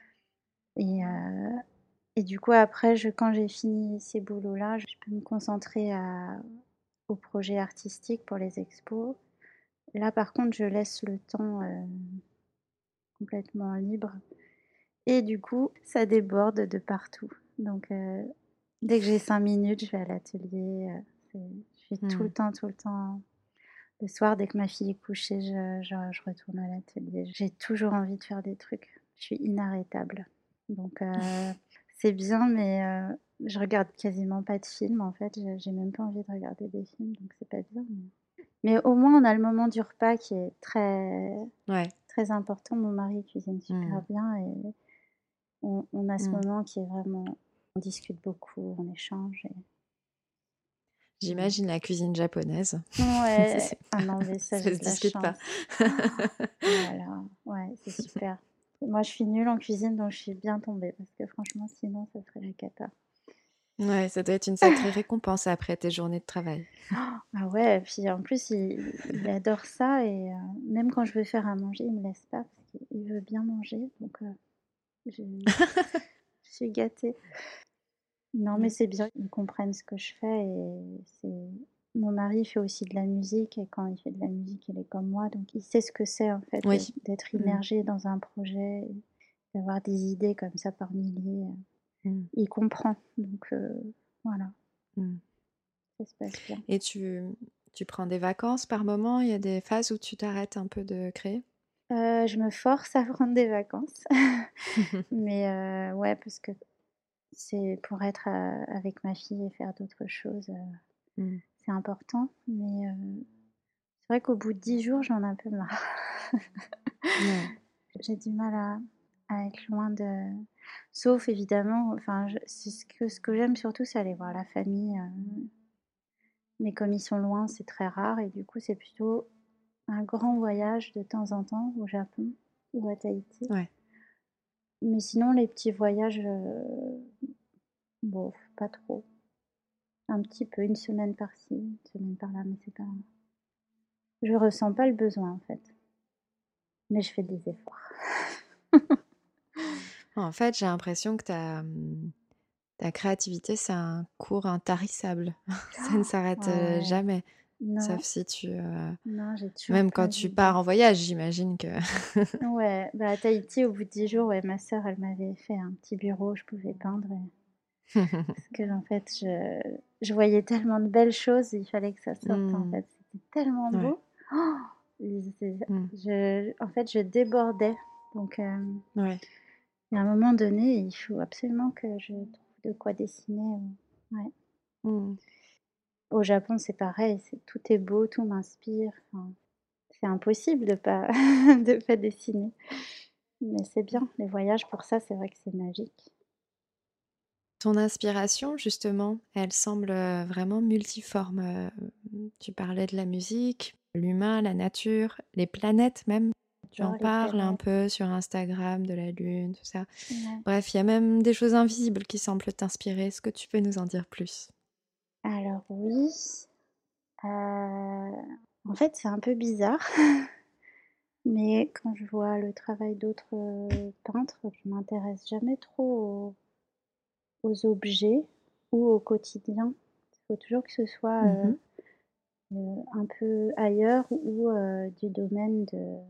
S5: Et du coup, après, quand j'ai fini ces boulots-là, je peux me concentrer au projet artistique pour les expos. Là, par contre, je laisse le temps complètement libre. Et du coup, ça déborde de partout. Donc, dès que j'ai 5 minutes, je vais à l'atelier. Je suis tout le temps. Le soir, dès que ma fille est couchée, je retourne à l'atelier. J'ai toujours envie de faire des trucs. Je suis inarrêtable. Donc, c'est bien, mais je regarde quasiment pas de films, en fait. J'ai même pas envie de regarder des films, donc c'est pas bien. Mais au moins, on a le moment du repas qui est très,
S1: Ouais.
S5: très important. Mon mari cuisine super bien et on a ce moment qui est vraiment... On discute beaucoup, on échange.
S1: J'imagine la cuisine japonaise.
S5: Ouais. Ah non, mais ça,
S1: Ça
S5: j'ai
S1: se
S5: de la
S1: discute pas.
S5: chance. Voilà, ouais, c'est super. Moi, je suis nulle en cuisine, donc je suis bien tombée parce que franchement, sinon, ça serait la cata.
S1: Ouais, ça doit être une sacrée récompense après tes journées de travail.
S5: Ah ouais, puis en plus, il adore ça et même quand je veux faire à manger, il me laisse pas parce qu'il veut bien manger, donc je suis gâtée. Non, mais c'est bien, ils comprennent ce que je fais et c'est... Mon mari fait aussi de la musique et quand il fait de la musique, il est comme moi, donc il sait ce que c'est en fait
S1: Oui.
S5: d'être immergé dans un projet, d'avoir des idées comme ça par milliers. Il comprend, donc voilà, ça se passe bien.
S1: Et tu prends des vacances par moment? Il y a des phases où tu t'arrêtes un peu de créer?
S5: Je me force à prendre des vacances, mais ouais, parce que c'est pour être avec ma fille et faire d'autres choses, c'est important, mais c'est vrai qu'au bout de 10 jours, j'en ai un peu marre.
S1: Ouais.
S5: J'ai du mal à être loin de... Sauf évidemment, enfin, ce que j'aime surtout, c'est aller voir la famille. Mais comme ils sont loin, c'est très rare. Et du coup, c'est plutôt un grand voyage de temps en temps au Japon ou à Tahiti.
S1: Ouais.
S5: Mais sinon, les petits voyages, bon, pas trop. Un petit peu, une semaine par-ci, une semaine par-là, mais c'est pas... Je ressens pas le besoin, en fait. Mais je fais des efforts.
S1: En fait, j'ai l'impression que ta créativité, c'est un cours intarissable. Ça ne s'arrête
S5: Ouais.
S1: jamais.
S5: Non,
S1: Sauf si tu...
S5: non, j'ai toujours
S1: Même
S5: plein
S1: quand tu
S5: d'idées.
S1: pars en voyage, j'imagine que...
S5: Ouais, bah à Tahiti, au bout de 10 jours, ouais, ma sœur, elle m'avait fait un petit bureau, je pouvais peindre. Parce que, en fait, je voyais tellement de belles choses, il fallait que ça sorte, en fait. C'était tellement
S1: Ouais.
S5: beau. Oh, en fait, je débordais. Donc,
S1: Ouais.
S5: à un moment donné, il faut absolument que je trouve de quoi dessiner. Ouais. Au Japon, c'est pareil, tout est beau, tout m'inspire. Enfin, c'est impossible de pas, de pas dessiner. Mais c'est bien, les voyages, pour ça, c'est vrai que c'est magique.
S1: Ton inspiration, justement, elle semble vraiment multiforme. Tu parlais de la musique, l'humain, la nature, les planètes même. Tu en
S5: J'adore les
S1: parles un
S5: planètes.
S1: peu sur Instagram, de la Lune, tout ça.
S5: Ouais.
S1: Bref, il y a même des choses invisibles qui semblent t'inspirer. Est-ce que tu peux nous en dire plus?
S5: Alors oui, en fait, c'est un peu bizarre, mais quand je vois le travail d'autres peintres, je m'intéresse jamais trop aux objets ou au quotidien. Il faut toujours que ce soit un peu ailleurs ou du domaine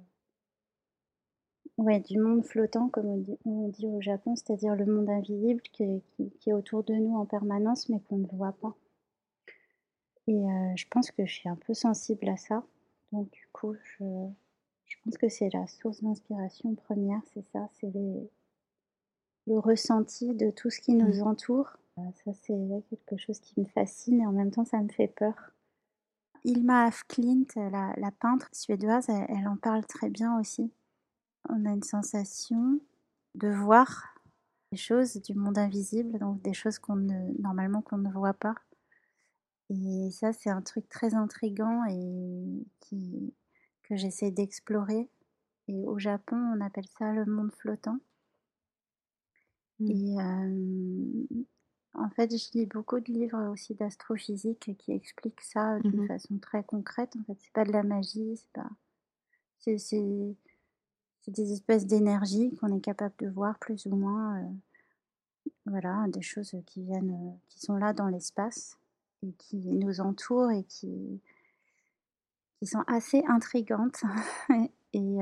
S5: du monde flottant comme on dit au Japon, c'est-à-dire le monde invisible qui est autour de nous en permanence mais qu'on ne voit pas et je pense que je suis un peu sensible à ça donc du coup je pense que c'est la source d'inspiration première, c'est ça, c'est le ressenti de tout ce qui
S1: Mmh.
S5: nous entoure. Ça c'est quelque chose qui me fascine et en même temps ça me fait peur. Hilma af Klint, la peintre suédoise, elle en parle très bien aussi. On a une sensation de voir des choses du monde invisible, donc des choses normalement qu'on ne voit pas. Et ça, c'est un truc très intriguant et que j'essaie d'explorer. Et au Japon, on appelle ça le monde flottant.
S1: Mmh.
S5: Et en fait, je lis beaucoup de livres aussi d'astrophysique qui expliquent ça d'une
S1: Mmh.
S5: façon très concrète. En fait, c'est pas de la magie, c'est pas. C'est des espèces d'énergie qu'on est capable de voir plus ou moins, voilà, des choses qui viennent, qui sont là dans l'espace et qui nous entourent et qui sont assez intrigantes et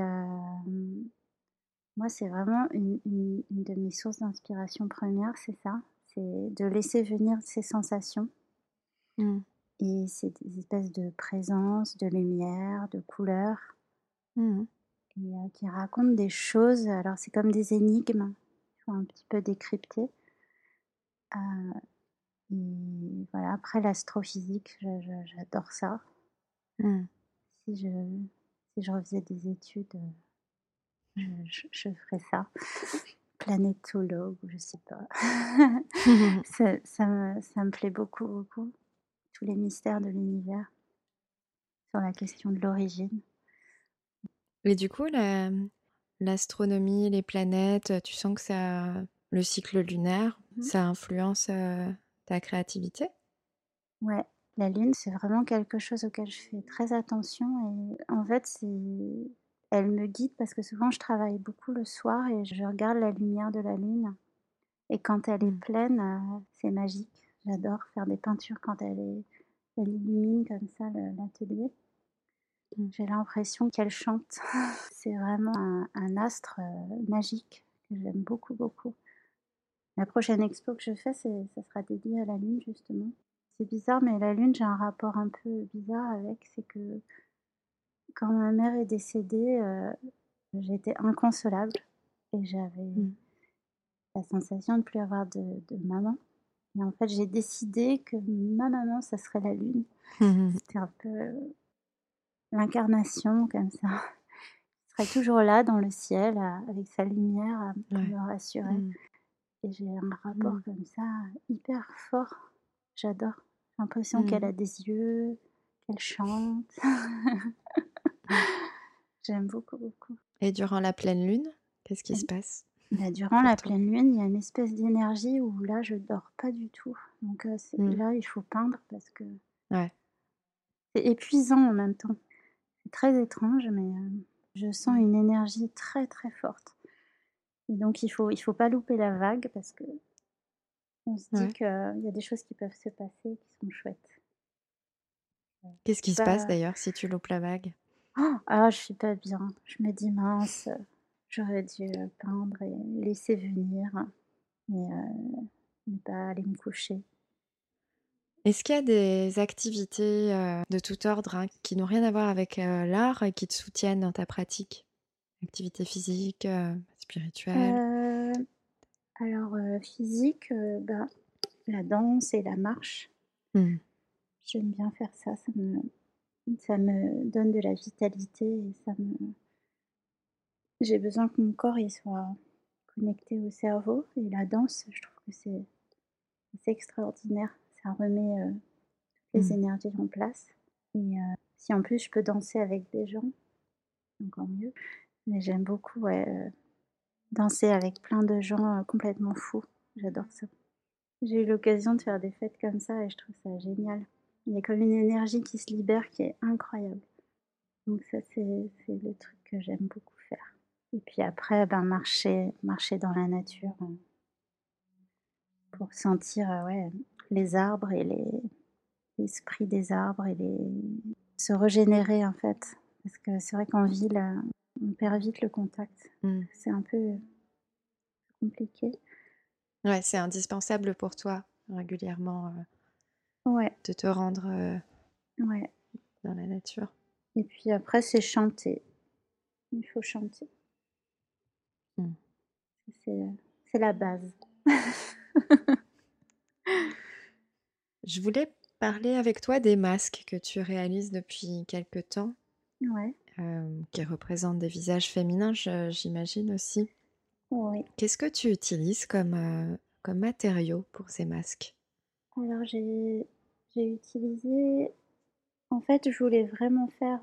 S5: moi, c'est vraiment une de mes sources d'inspiration première, c'est ça, c'est de laisser venir ces sensations
S1: Mmh.
S5: et c'est des espèces de présence, de lumière, de couleurs
S1: Mmh.
S5: et qui racontent des choses. Alors c'est comme des énigmes, il faut un petit peu décrypter. Heu et voilà, après l'astrophysique, j'adore ça.
S1: Mmh.
S5: Si je si je refaisais des études, je ferais ça. Planétologue ou je sais pas. Ça me plaît beaucoup, beaucoup, tous les mystères de l'univers, sur la question de l'origine.
S1: Et du coup, l'astronomie, les planètes, tu sens que le cycle lunaire,
S5: Mmh.
S1: ça influence, ta créativité?
S5: Ouais, la lune, c'est vraiment quelque chose auquel je fais très attention et en fait, elle me guide parce que souvent je travaille beaucoup le soir et je regarde la lumière de la lune et quand elle est
S1: Mmh.
S5: pleine, c'est magique. J'adore faire des peintures quand elle illumine comme ça l'atelier.
S1: Mmh.
S5: J'ai l'impression qu'elle chante. C'est vraiment un astre, magique que j'aime beaucoup, beaucoup. La prochaine expo que je fais, ça sera dédié à la lune justement. C'est bizarre, mais la lune, j'ai un rapport un peu bizarre avec. C'est que quand ma mère est décédée, j'étais inconsolable et j'avais
S1: Mmh.
S5: la sensation de plus avoir de maman et en fait, j'ai décidé que ma maman, ça serait la lune.
S1: Mmh.
S5: C'était un peu, l'incarnation comme ça. Serait toujours là dans le ciel, avec sa lumière à
S1: Ouais.
S5: me rassurer
S1: Mmh.
S5: et j'ai un rapport
S1: Mmh.
S5: comme ça hyper fort. J'adore. J'ai l'impression qu'elle
S1: Mmh.
S5: a des yeux, qu'elle chante.
S1: Mmh.
S5: J'aime beaucoup, beaucoup.
S1: Et durant la pleine lune, qu'est-ce qui
S5: Et
S1: se passe
S5: bah, durant
S1: pour
S5: la
S1: toi?
S5: pleine lune, il y a une espèce d'énergie où là, je dors pas du tout. Donc
S1: Mmh.
S5: là, il faut peindre parce que
S1: Ouais.
S5: c'est épuisant en même temps. C'est très étrange, mais je sens
S1: Mmh.
S5: une énergie très, très forte et donc il faut pas louper la vague parce que on se dit
S1: Ouais.
S5: qu'il y a des choses qui peuvent se passer qui sont chouettes.
S1: Qu'est-ce
S5: C'est
S1: qui se passe
S5: pas
S1: d'ailleurs si tu loupes la vague?
S5: je suis pas bien. Je me dis: «Mince, j'aurais dû, peindre et laisser venir et ne pas aller me coucher».
S1: Est-ce qu'il y a des activités, de tout ordre, hein, qui n'ont rien à voir avec, l'art et qui te soutiennent dans ta pratique? Activités physiques, spirituelles?
S5: Heu, alors, physique, la danse et la marche,
S1: Mmh.
S5: j'aime bien faire ça. Ça me donne de la vitalité et j'ai besoin que mon corps, il soit connecté au cerveau et la danse, je trouve que c'est extraordinaire. Ça remet, les
S1: Mmh.
S5: énergies en place et si en plus je peux danser avec des gens, encore mieux. Mais j'aime beaucoup, ouais, danser avec plein de gens, complètement fous. J'adore ça. J'ai eu l'occasion de faire des fêtes comme ça et je trouve ça génial. Il y a comme une énergie qui se libère qui est incroyable. Donc ça, c'est le truc que j'aime beaucoup faire. Et puis après, ben, marcher dans la nature, pour sentir, ouais, les arbres et l'esprit des arbres et se régénérer en fait. Parce que c'est vrai qu'en ville, on perd vite le contact.
S1: Mmh.
S5: C'est un peu compliqué.
S1: Ouais, c'est indispensable pour toi, régulièrement,
S5: Ouais,
S1: de te rendre,
S5: ouais.
S1: dans la nature.
S5: Et puis après, c'est chanter. Il faut chanter.
S1: Mmh.
S5: C'est la base.
S1: Je voulais parler avec toi des masques que tu réalises depuis quelque temps,
S5: Ouais,
S1: qui représentent des visages féminins, j'imagine aussi.
S5: oui.
S1: Qu'est-ce que tu utilises comme matériau pour ces masques?
S5: Alors j'ai utilisé en fait, je voulais vraiment faire,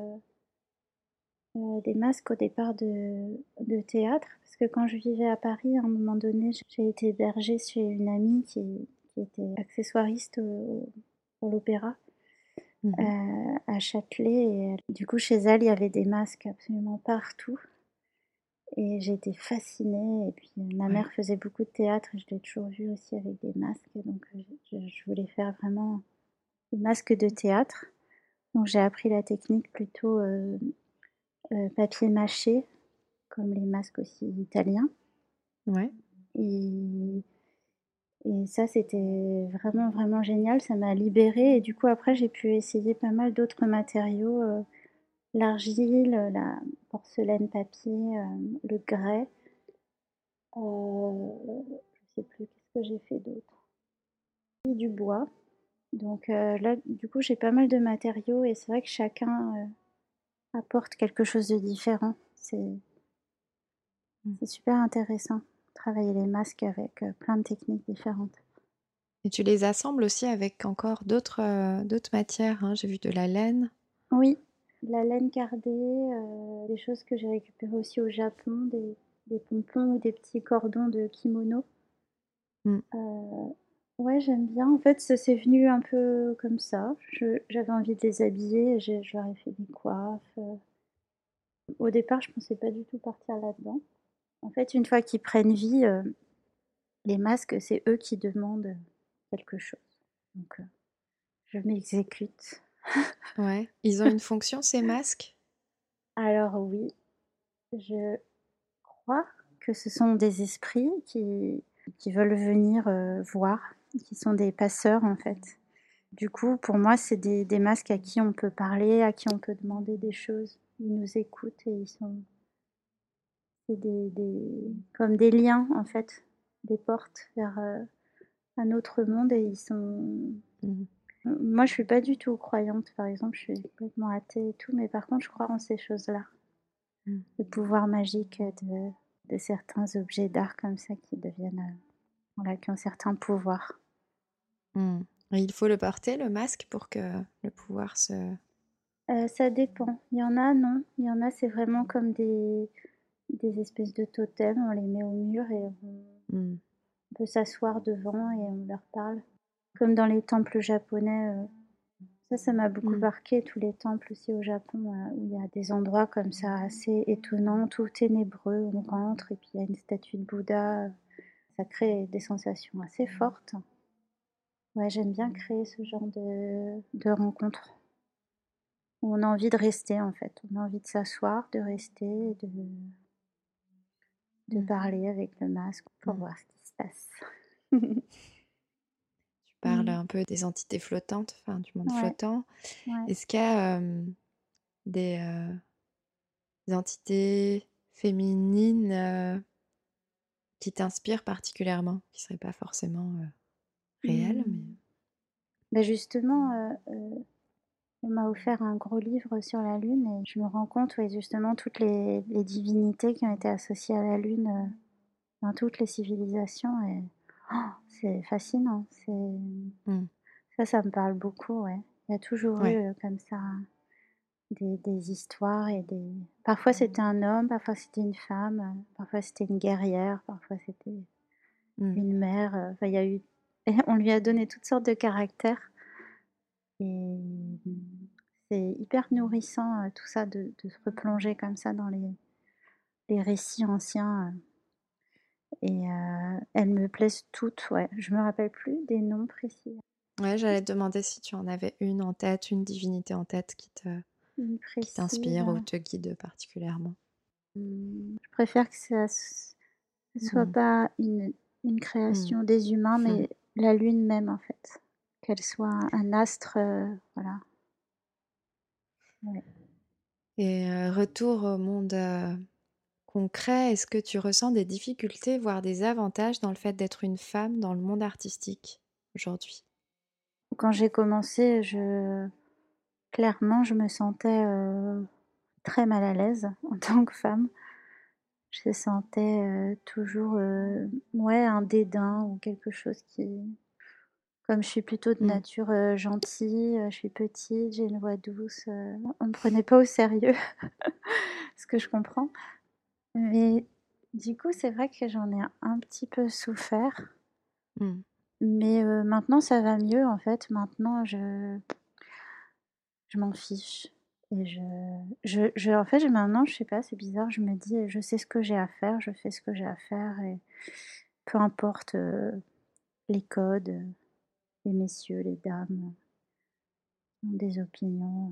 S5: des masques au départ de théâtre, parce que quand je vivais à Paris, à un moment donné, j'ai été hébergée chez une amie qui était accessoiriste pour l'opéra,
S1: Mmh.
S5: à Châtelet et du coup, chez elle, il y avait des masques absolument partout et j'ai été fascinée et puis, ma
S1: Ouais.
S5: mère faisait beaucoup de théâtre et je l'ai toujours vue aussi avec des masques donc, je voulais faire vraiment des masques de théâtre. Donc j'ai appris la technique plutôt, papier mâché, comme les masques aussi italiens
S1: Ouais.
S5: et ça, c'était vraiment, vraiment génial. Ça m'a libérée et du coup, après, j'ai pu essayer pas mal d'autres matériaux, l'argile, la porcelaine papier, le grès, je sais plus, qu'est-ce que j'ai fait d'autre? Et du bois. Donc là, du coup, j'ai pas mal de matériaux et c'est vrai que chacun, apporte quelque chose de différent.
S1: Mmh.
S5: C'est super intéressant, travailler les masques avec, plein de techniques différentes.
S1: Et tu les assembles aussi avec encore d'autres matières, hein? J'ai vu de la laine.
S5: Oui, la laine cardée, des choses que j'ai récupérées aussi au Japon, des pompons ou des petits cordons de kimono.
S1: Mmh.
S5: Ouais, j'aime bien. En fait, ça s'est venu un peu comme ça. J'avais envie de les habiller et je leur ai fait des coiffes, Au départ, je pensais pas du tout partir là-dedans. En fait, une fois qu'ils prennent vie, les masques, c'est eux qui demandent, quelque chose. Donc, je m'exécute.
S1: Ouais. Ils ont une fonction, ces masques?
S5: Alors oui, je crois que ce sont des esprits qui veulent venir, voir, qui sont des passeurs, en fait. Du coup, pour moi, c'est des masques à qui on peut parler, à qui on peut demander des choses. Ils nous écoutent et ils sont c'est des comme des liens, en fait, des portes vers, un autre monde et ils sont
S1: Mmh.
S5: moi, je suis pas du tout croyante, par exemple, je suis complètement athée et tout, mais par contre, je crois en ces choses-là.
S1: Mmh.
S5: Le pouvoir magique, de certains objets d'art comme ça qui deviennent, voilà, qui ont certains pouvoirs.
S1: Mmh. Et il faut le porter, le masque, pour que le pouvoir se...
S5: Ça dépend. Il y en a, non. Il y en a, c'est vraiment comme des espèces de totems, on les met au mur et
S1: Mmh.
S5: on peut s'asseoir devant et on leur parle. Comme dans les temples japonais, ça m'a beaucoup
S1: Mmh.
S5: marqué, tous les temples aussi au Japon, où il y a des endroits comme ça assez étonnants, tout ténébreux, on rentre et puis il y a une statue de Bouddha, ça crée des sensations assez fortes. Ouais, j'aime bien créer ce genre de rencontres. Où on a envie de rester en fait, on a envie de s'asseoir, de rester, de
S1: Mmh.
S5: parler avec le masque pour
S1: Mmh.
S5: voir ce qui se passe.
S1: Tu parles
S5: Mmh.
S1: un peu des entités flottantes, enfin du monde
S5: Ouais,
S1: flottant.
S5: ouais.
S1: Est-ce qu'il y a des entités féminines qui t'inspirent particulièrement, qui seraient pas forcément réelles, mais...
S5: Mmh. Bah, justement, on m'a offert un gros livre sur la Lune et je me rends compte, ouais, justement, toutes les divinités qui ont été associées à la Lune, dans toutes les civilisations et c'est fascinant.
S1: Mmh.
S5: Ça me parle beaucoup, ouais. Il y a toujours eu,
S1: Ouais.
S5: comme ça, des histoires et des parfois c'était un homme, parfois c'était une femme, parfois c'était une guerrière, parfois c'était
S1: Mmh.
S5: une mère, enfin il y a eu on lui a donné toutes sortes de caractères et c'est hyper nourrissant, tout ça de se replonger comme ça dans les récits anciens, et elles me plaisent toutes, ouais. Je me rappelle plus des noms précis.
S1: Ouais, j'allais te demander si tu en avais une en tête, une divinité en tête
S5: Une
S1: qui
S5: précise.
S1: t'inspire ou te guide particulièrement.
S5: Je préfère que ce soit
S1: Mm.
S5: pas une
S1: Mm.
S5: création des humains, mais la lune même en fait. Qu'elle soit un astre, voilà. Ouais.
S1: Et retour au monde concret, est-ce que tu ressens des difficultés, voire des avantages dans le fait d'être une femme dans le monde artistique aujourd'hui?
S5: Quand j'ai commencé, clairement, je me sentais très mal à l'aise en tant que femme. Je sentais toujours ouais, un dédain ou quelque chose qui... Comme je suis plutôt de
S1: Mm.
S5: nature gentille, je suis petite, j'ai une voix douce, on ne me prenait pas au sérieux, ce que je comprends. Mais du coup, c'est vrai que j'en ai un petit peu souffert.
S1: Mm.
S5: Mais maintenant, ça va mieux en fait. Maintenant, je m'en fiche. Et en fait, maintenant, je sais pas, c'est bizarre, je me dis, je sais ce que j'ai à faire, je fais ce que j'ai à faire, et peu importe les codes, les messieurs, les dames ont des opinions,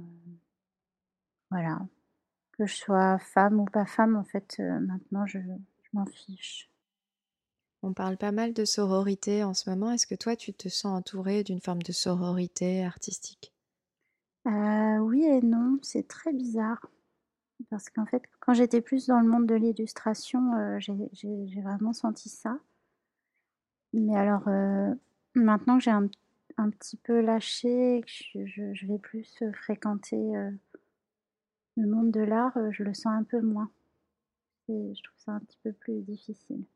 S5: voilà. Que je sois femme ou pas femme, en fait, maintenant, je m'en fiche.
S1: On parle pas mal de sororité en ce moment. Est-ce que toi, tu te sens entourée d'une forme de sororité artistique?
S5: Oui et non, c'est très bizarre. Parce qu'en fait, quand j'étais plus dans le monde de l'illustration, j'ai vraiment senti ça. Mais alors, maintenant que j'ai un petit peu lâché, que je vais plus, fréquenter, le monde de l'art, je le sens un peu moins, et je trouve ça un petit peu plus difficile.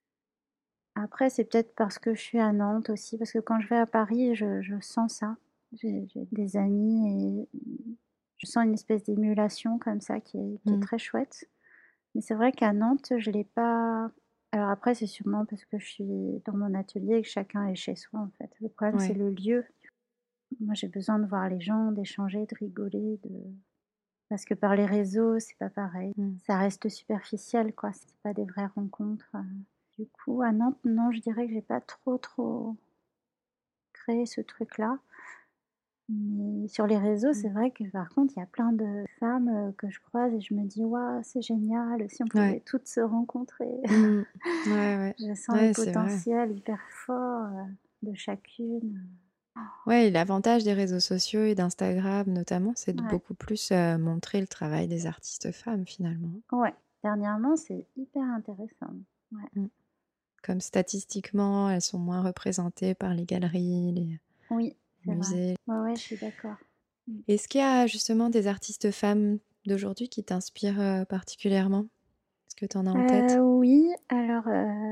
S5: Après, c'est peut-être parce que je suis à Nantes aussi, parce que quand je vais à Paris, je sens ça. J'ai des amis et je sens une espèce d'émulation comme ça qui est
S1: Mm.
S5: très chouette. Mais c'est vrai qu'à Nantes, je l'ai pas... Alors après, c'est sûrement parce que je suis dans mon atelier et que chacun est chez soi, en fait. Le problème, c'est
S1: Ouais.
S5: le lieu. Moi, j'ai besoin de voir les gens, d'échanger, de rigoler, parce que par les réseaux, c'est pas pareil.
S1: Mm.
S5: Ça reste superficiel, quoi. C'est pas des vraies rencontres. Du coup, à Nantes, non, je dirais que j'ai pas trop créé ce truc-là. Mais sur les réseaux, c'est
S1: Mm.
S5: vrai que par contre, il y a plein de femmes que je croise et je me dis, waouh, c'est génial, si on
S1: Ouais.
S5: pouvait toutes se rencontrer.
S1: Mm. Ouais, ouais.
S5: Je sens le
S1: Ouais, c'est vrai.
S5: potentiel hyper fort de chacune.
S1: Ouais, et l'avantage des réseaux sociaux et d'Instagram notamment, c'est de
S5: Ouais,
S1: beaucoup plus montrer le travail des artistes femmes finalement.
S5: ouais. Dernièrement, c'est hyper intéressant. Ouais.
S1: Mm. Comme statistiquement, elles sont moins représentées par les galeries, les
S5: Oui, c'est vrai.
S1: musées.
S5: Ouais, ouais, je suis d'accord.
S1: Est-ce qu'il y a justement des artistes femmes d'aujourd'hui qui t'inspirent particulièrement? Est-ce que tu en as en tête?
S5: Oui, alors,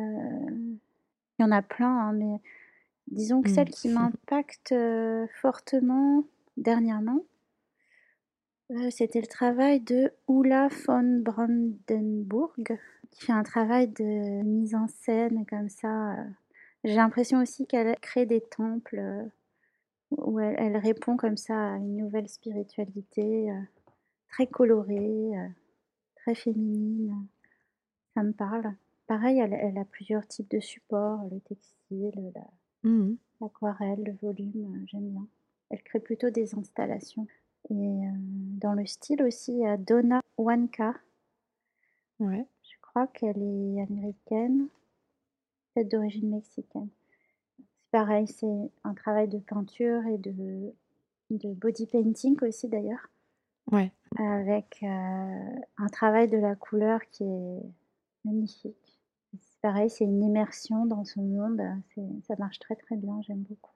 S5: il y en a plein, hein, mais disons que
S1: Mm.
S5: celle qui m'impacte fortement dernièrement, c'était le travail de Ulla von Brandenburg, qui fait un travail de mise en scène comme ça. J'ai l'impression aussi qu'elle crée des temples où elle répond comme ça à une nouvelle spiritualité très colorée, très féminine. Ça me parle. Pareil, elle a plusieurs types de supports, le textile,
S1: Mhm.
S5: l'aquarelle, le volume, j'aime bien. Elle crée plutôt des installations. Et dans le style aussi, il y a Donna Wanka.
S1: Ouais.
S5: Je crois qu'elle est américaine, peut-être d'origine mexicaine. C'est pareil, c'est un travail de peinture et de body painting aussi d'ailleurs,
S1: Ouais.
S5: avec un travail de la couleur qui est magnifique. C'est pareil, c'est une immersion dans son monde, ça marche très très bien, j'aime beaucoup.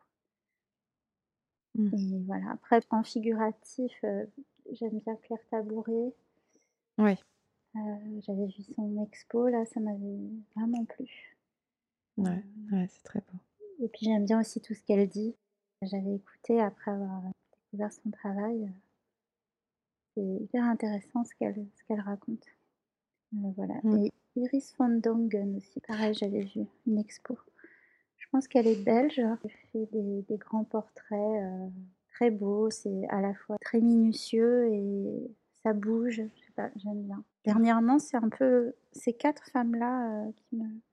S1: Mm.
S5: Et voilà, après en figuratif, j'aime bien Claire Tabouret.
S1: Ouais.
S5: J'avais vu son expo là, ça m'avait vraiment plu.
S1: Ouais. Ouais, c'est très beau.
S5: Et puis j'aime bien aussi tout ce qu'elle dit. J'avais écouté après avoir découvert son travail, c'est hyper intéressant ce qu'elle raconte. Voilà,
S1: Mm.
S5: et Iris van Dongen aussi, pareil, j'avais vu une expo. Je pense qu'elle est belge. Elle fait des grands portraits très beaux. C'est à la fois très minutieux et ça bouge. Je sais pas, j'aime bien. Dernièrement, c'est un peu ces quatre femmes-là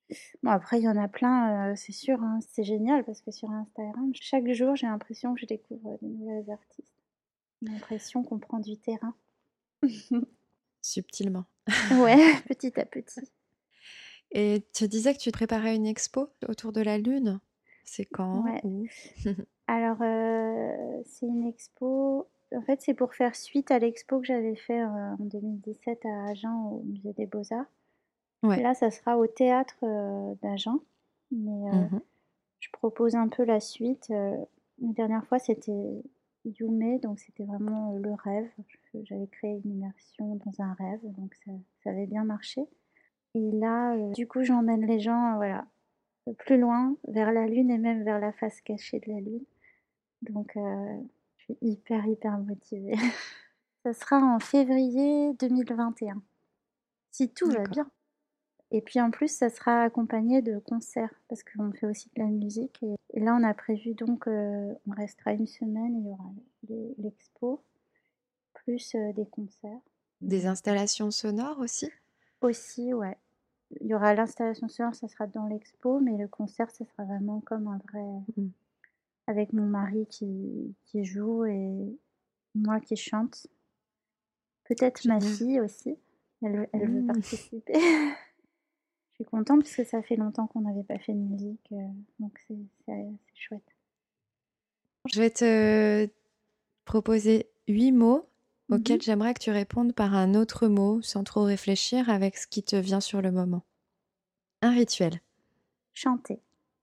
S5: Bon, après, il y en a plein, c'est sûr, hein. C'est génial parce que sur Instagram, chaque jour, j'ai l'impression que je découvre des nouvelles artistes. J'ai l'impression qu'on prend du terrain.
S1: Subtilement.
S5: Ouais, petit à petit.
S1: Et tu disais que tu préparais une expo autour de la Lune. C'est quand?
S5: Ouais.
S1: Où?
S5: Alors, c'est une expo en fait, c'est pour faire suite à l'expo que j'avais fait, en 2017 à Agen au musée des Beaux-Arts.
S1: Ouais.
S5: Là, ça sera au théâtre, d'Agen, mais
S1: Mmh.
S5: je propose un peu la suite. La dernière fois, c'était Yume, donc c'était vraiment, le rêve. J'avais créé une immersion dans un rêve, donc ça avait bien marché et là, du coup, j'emmène les gens, voilà, plus loin, vers la lune et même vers la face cachée de la lune, donc je suis hyper, hyper motivée. Ça sera en février 2021, si tout va
S1: D'accord.
S5: bien. Et puis en plus, ça sera accompagné de concerts parce qu'on fait aussi de la musique et là, on a prévu donc, on restera une semaine, il y aura l'expo plus, des concerts.
S1: Des installations sonores aussi?
S5: Aussi, ouais. Il y aura l'installation sonore, ça sera dans l'expo, mais le concert, ça sera vraiment comme un vrai
S1: Mmh.
S5: avec mon mari qui joue et moi qui chante. Peut-être ma
S1: Génial.
S5: fille aussi, elle veut
S1: Mmh.
S5: participer. Je suis contente parce que ça fait longtemps qu'on n'avait pas fait de musique, donc c'est chouette.
S1: Je vais te proposer 8 mots
S5: Mmh.
S1: auxquels j'aimerais que tu répondes par un autre mot, sans trop réfléchir, avec ce qui te vient sur le moment. Un rituel,
S5: Chanter,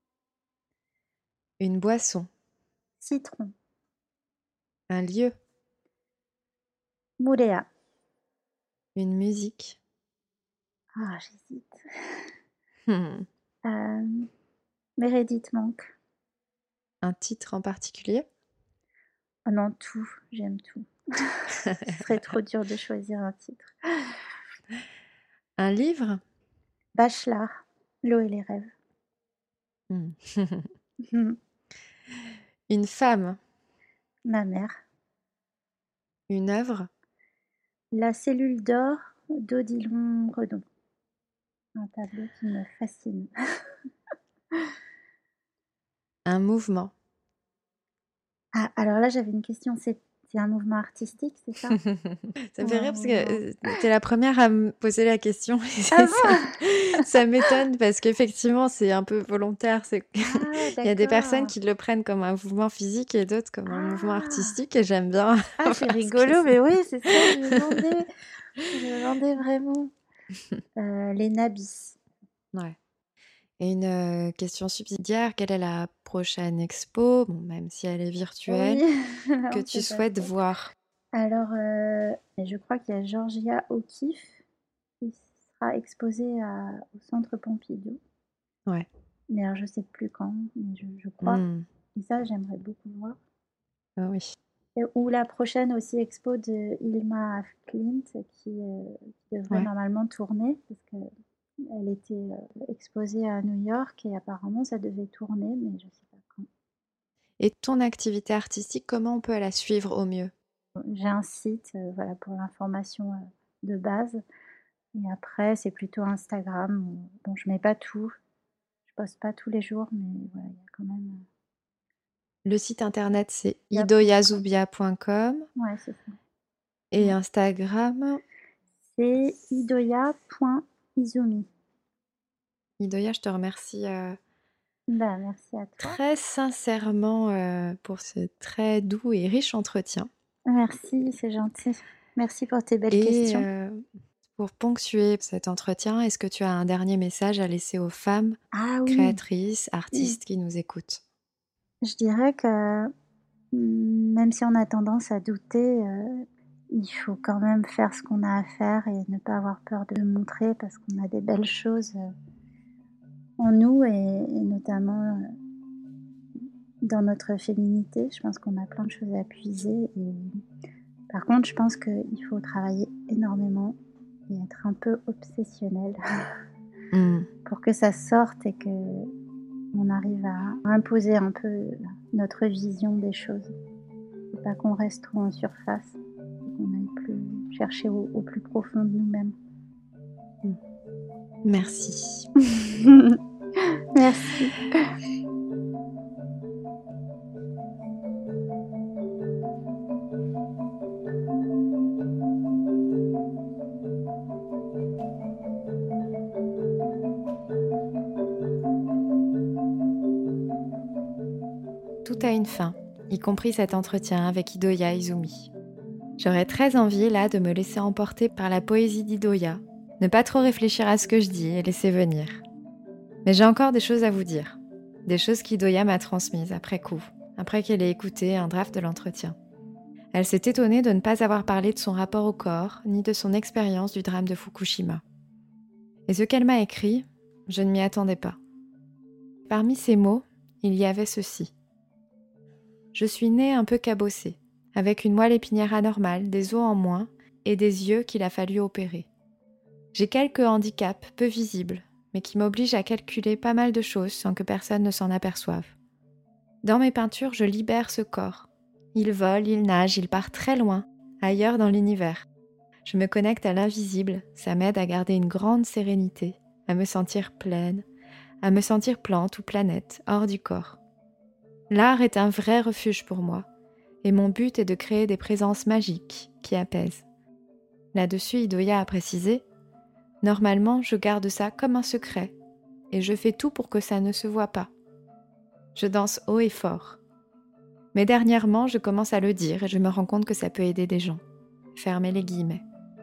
S1: une boisson,
S5: citron,
S1: un lieu,
S5: Mouléa.
S1: une musique,
S5: Ah, j'hésite.
S1: hmm,
S5: Meredith Monk.
S1: un titre en particulier,
S5: Oh non, tout, j'aime tout. Ce serait trop dur de choisir un titre.
S1: un livre,
S5: Bachelard, L'eau et les rêves.
S1: hmm,
S5: Mmh.
S1: une femme,
S5: Ma mère.
S1: une œuvre,
S5: La cellule d'or d'Odilon Redon. Un tableau qui me fascine.
S1: un mouvement.
S5: Ah, alors là, j'avais une question, c'est un mouvement artistique, c'est ça?
S1: Ça me
S5: Ou
S1: fait
S5: un
S1: rire parce
S5: mouvement
S1: que t'es la première à me poser la question. Et
S5: ah
S1: ça,
S5: bon?
S1: ça m'étonne parce qu'effectivement, c'est un peu volontaire.
S5: Ah
S1: Il y a des personnes
S5: d'accord.
S1: qui le prennent comme un mouvement physique et d'autres comme un mouvement
S5: Ah!
S1: artistique. Et j'aime bien
S5: Ah, c'est
S1: voir ce que
S5: rigolo,
S1: c'est.
S5: mais oui, c'est ça, je me demandais. Je me demandais vraiment. Les Nabis.
S1: Ouais. Et une question subsidiaire, quelle est la prochaine expo, bon, même si elle est virtuelle,
S5: Oui,
S1: que
S5: on
S1: tu
S5: sait pas
S1: souhaites
S5: trop.
S1: voir?
S5: Alors, je crois qu'il y a Georgia O'Keeffe qui sera exposée au Centre Pompidou,
S1: Ouais.
S5: mais alors je sais plus quand, mais je crois.
S1: Hmm.
S5: Et ça, j'aimerais beaucoup voir.
S1: Ah oui.
S5: Ou la prochaine aussi expo de Ilma af Klint qui devrait
S1: Ouais.
S5: normalement tourner parce qu'elle était exposée à New York et apparemment ça devait tourner, mais je sais pas quand.
S1: Et ton activité artistique, comment on peut la suivre au mieux?
S5: J'ai un site, voilà, pour l'information, de base et après c'est plutôt Instagram où bon, je mets pas tout, je poste pas tous les jours, mais voilà, il y a quand même,
S1: Le site internet, c'est
S5: zubia.com.
S1: idoyazubia.com
S5: Ouais, c'est ça.
S1: et
S5: Ouais.
S1: Instagram,
S5: C'est idoya.izumi.
S1: Idoya, je te remercie
S5: Bah, merci à toi.
S1: très sincèrement pour ce très doux et riche entretien.
S5: Merci, c'est gentil. Merci pour tes belles
S1: Et
S5: questions.
S1: pour ponctuer cet entretien, est-ce que tu as un dernier message à laisser aux femmes
S5: Ah oui,
S1: créatrices,
S5: oui.
S1: artistes qui nous écoutent?
S5: Je dirais que, même si on a tendance à douter, il faut quand même faire ce qu'on a à faire et ne pas avoir peur de le montrer parce qu'on a des belles choses, en nous et notamment, dans notre féminité. Je pense qu'on a plein de choses à puiser et par contre, je pense qu'il faut travailler énormément et être un peu obsessionnel
S1: Mmh.
S5: pour que ça sorte et qu'on arrive à imposer un peu notre vision des choses. Faut pas qu'on reste trop en surface, faut qu'on aille plus chercher au plus profond de nous-mêmes.
S1: Mmh. Merci.
S5: Merci.
S1: Tout a une fin, y compris cet entretien avec Idoya Izumi. J'aurais très envie là de me laisser emporter par la poésie d'Idoya, ne pas trop réfléchir à ce que je dis et laisser venir. Mais j'ai encore des choses à vous dire, des choses qu'Idoya m'a transmises après coup, après qu'elle ait écouté un draft de l'entretien. Elle s'est étonnée de ne pas avoir parlé de son rapport au corps, ni de son expérience du drame de Fukushima. Et ce qu'elle m'a écrit, je ne m'y attendais pas. Parmi ces mots, il y avait ceci. Je suis née un peu cabossée, avec une moelle épinière anormale, des os en moins et des yeux qu'il a fallu opérer. J'ai quelques handicaps peu visibles, mais qui m'obligent à calculer pas mal de choses sans que personne ne s'en aperçoive. Dans mes peintures, je libère ce corps. Il vole, il nage, il part très loin, ailleurs dans l'univers. Je me connecte à l'invisible, ça m'aide à garder une grande sérénité, à me sentir pleine, à me sentir plante ou planète, hors du corps. L'art est un vrai refuge pour moi, et mon but est de créer des présences magiques qui apaisent. Là-dessus, Idoya a précisé « Normalement, je garde ça comme un secret, et je fais tout pour que ça ne se voit pas. Je danse haut et fort. Mais dernièrement, je commence à le dire et je me rends compte que ça peut aider des gens. » Fermez les guillemets.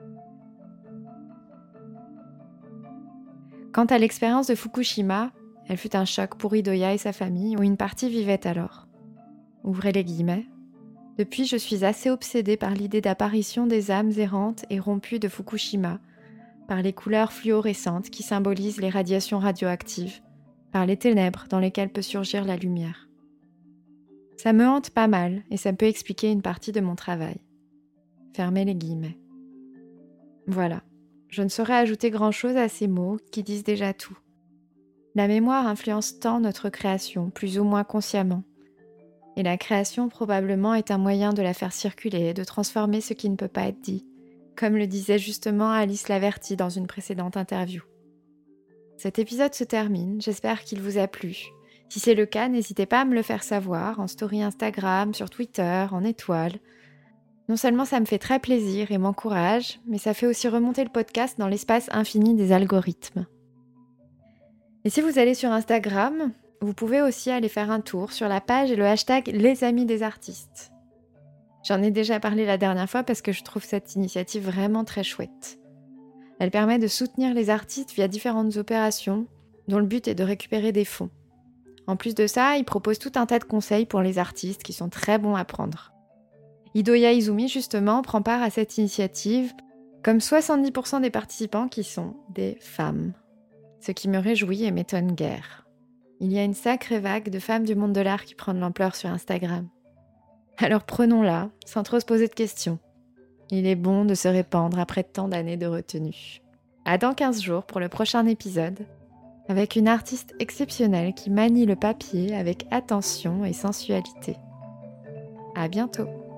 S1: Quant à l'expérience de Fukushima, elle fut un choc pour Idoya et sa famille, où une partie vivait alors. Ouvrez les guillemets. Depuis, je suis assez obsédée par l'idée d'apparition des âmes errantes et rompues de Fukushima, par les couleurs fluorescentes qui symbolisent les radiations radioactives, par les ténèbres dans lesquelles peut surgir la lumière. Ça me hante pas mal et ça peut expliquer une partie de mon travail. Fermez les guillemets. Voilà, je ne saurais ajouter grand-chose à ces mots qui disent déjà tout. La mémoire influence tant notre création, plus ou moins consciemment. Et la création probablement est un moyen de la faire circuler et de transformer ce qui ne peut pas être dit, comme le disait justement Alice Laverty dans une précédente interview. Cet épisode se termine, j'espère qu'il vous a plu. Si c'est le cas, n'hésitez pas à me le faire savoir en story Instagram, sur Twitter, en étoile. Non seulement ça me fait très plaisir et m'encourage, mais ça fait aussi remonter le podcast dans l'espace infini des algorithmes. Et si vous allez sur Instagram, vous pouvez aussi aller faire un tour sur la page et le hashtag Les Amis des Artistes. J'en ai déjà parlé la dernière fois parce que je trouve cette initiative vraiment très chouette. Elle permet de soutenir les artistes via différentes opérations dont le but est de récupérer des fonds. En plus de ça, ils proposent tout un tas de conseils pour les artistes qui sont très bons à prendre. Idoya Izumi, justement, prend part à cette initiative, comme 70% des participants qui sont des femmes. Ce qui me réjouit et m'étonne guère. Il y a une sacrée vague de femmes du monde de l'art qui prend de l'ampleur sur Instagram. Alors prenons-la, sans trop se poser de questions. Il est bon de se répandre après tant d'années de retenue. À dans 15 jours pour le prochain épisode, avec une artiste exceptionnelle qui manie le papier avec attention et sensualité. À bientôt.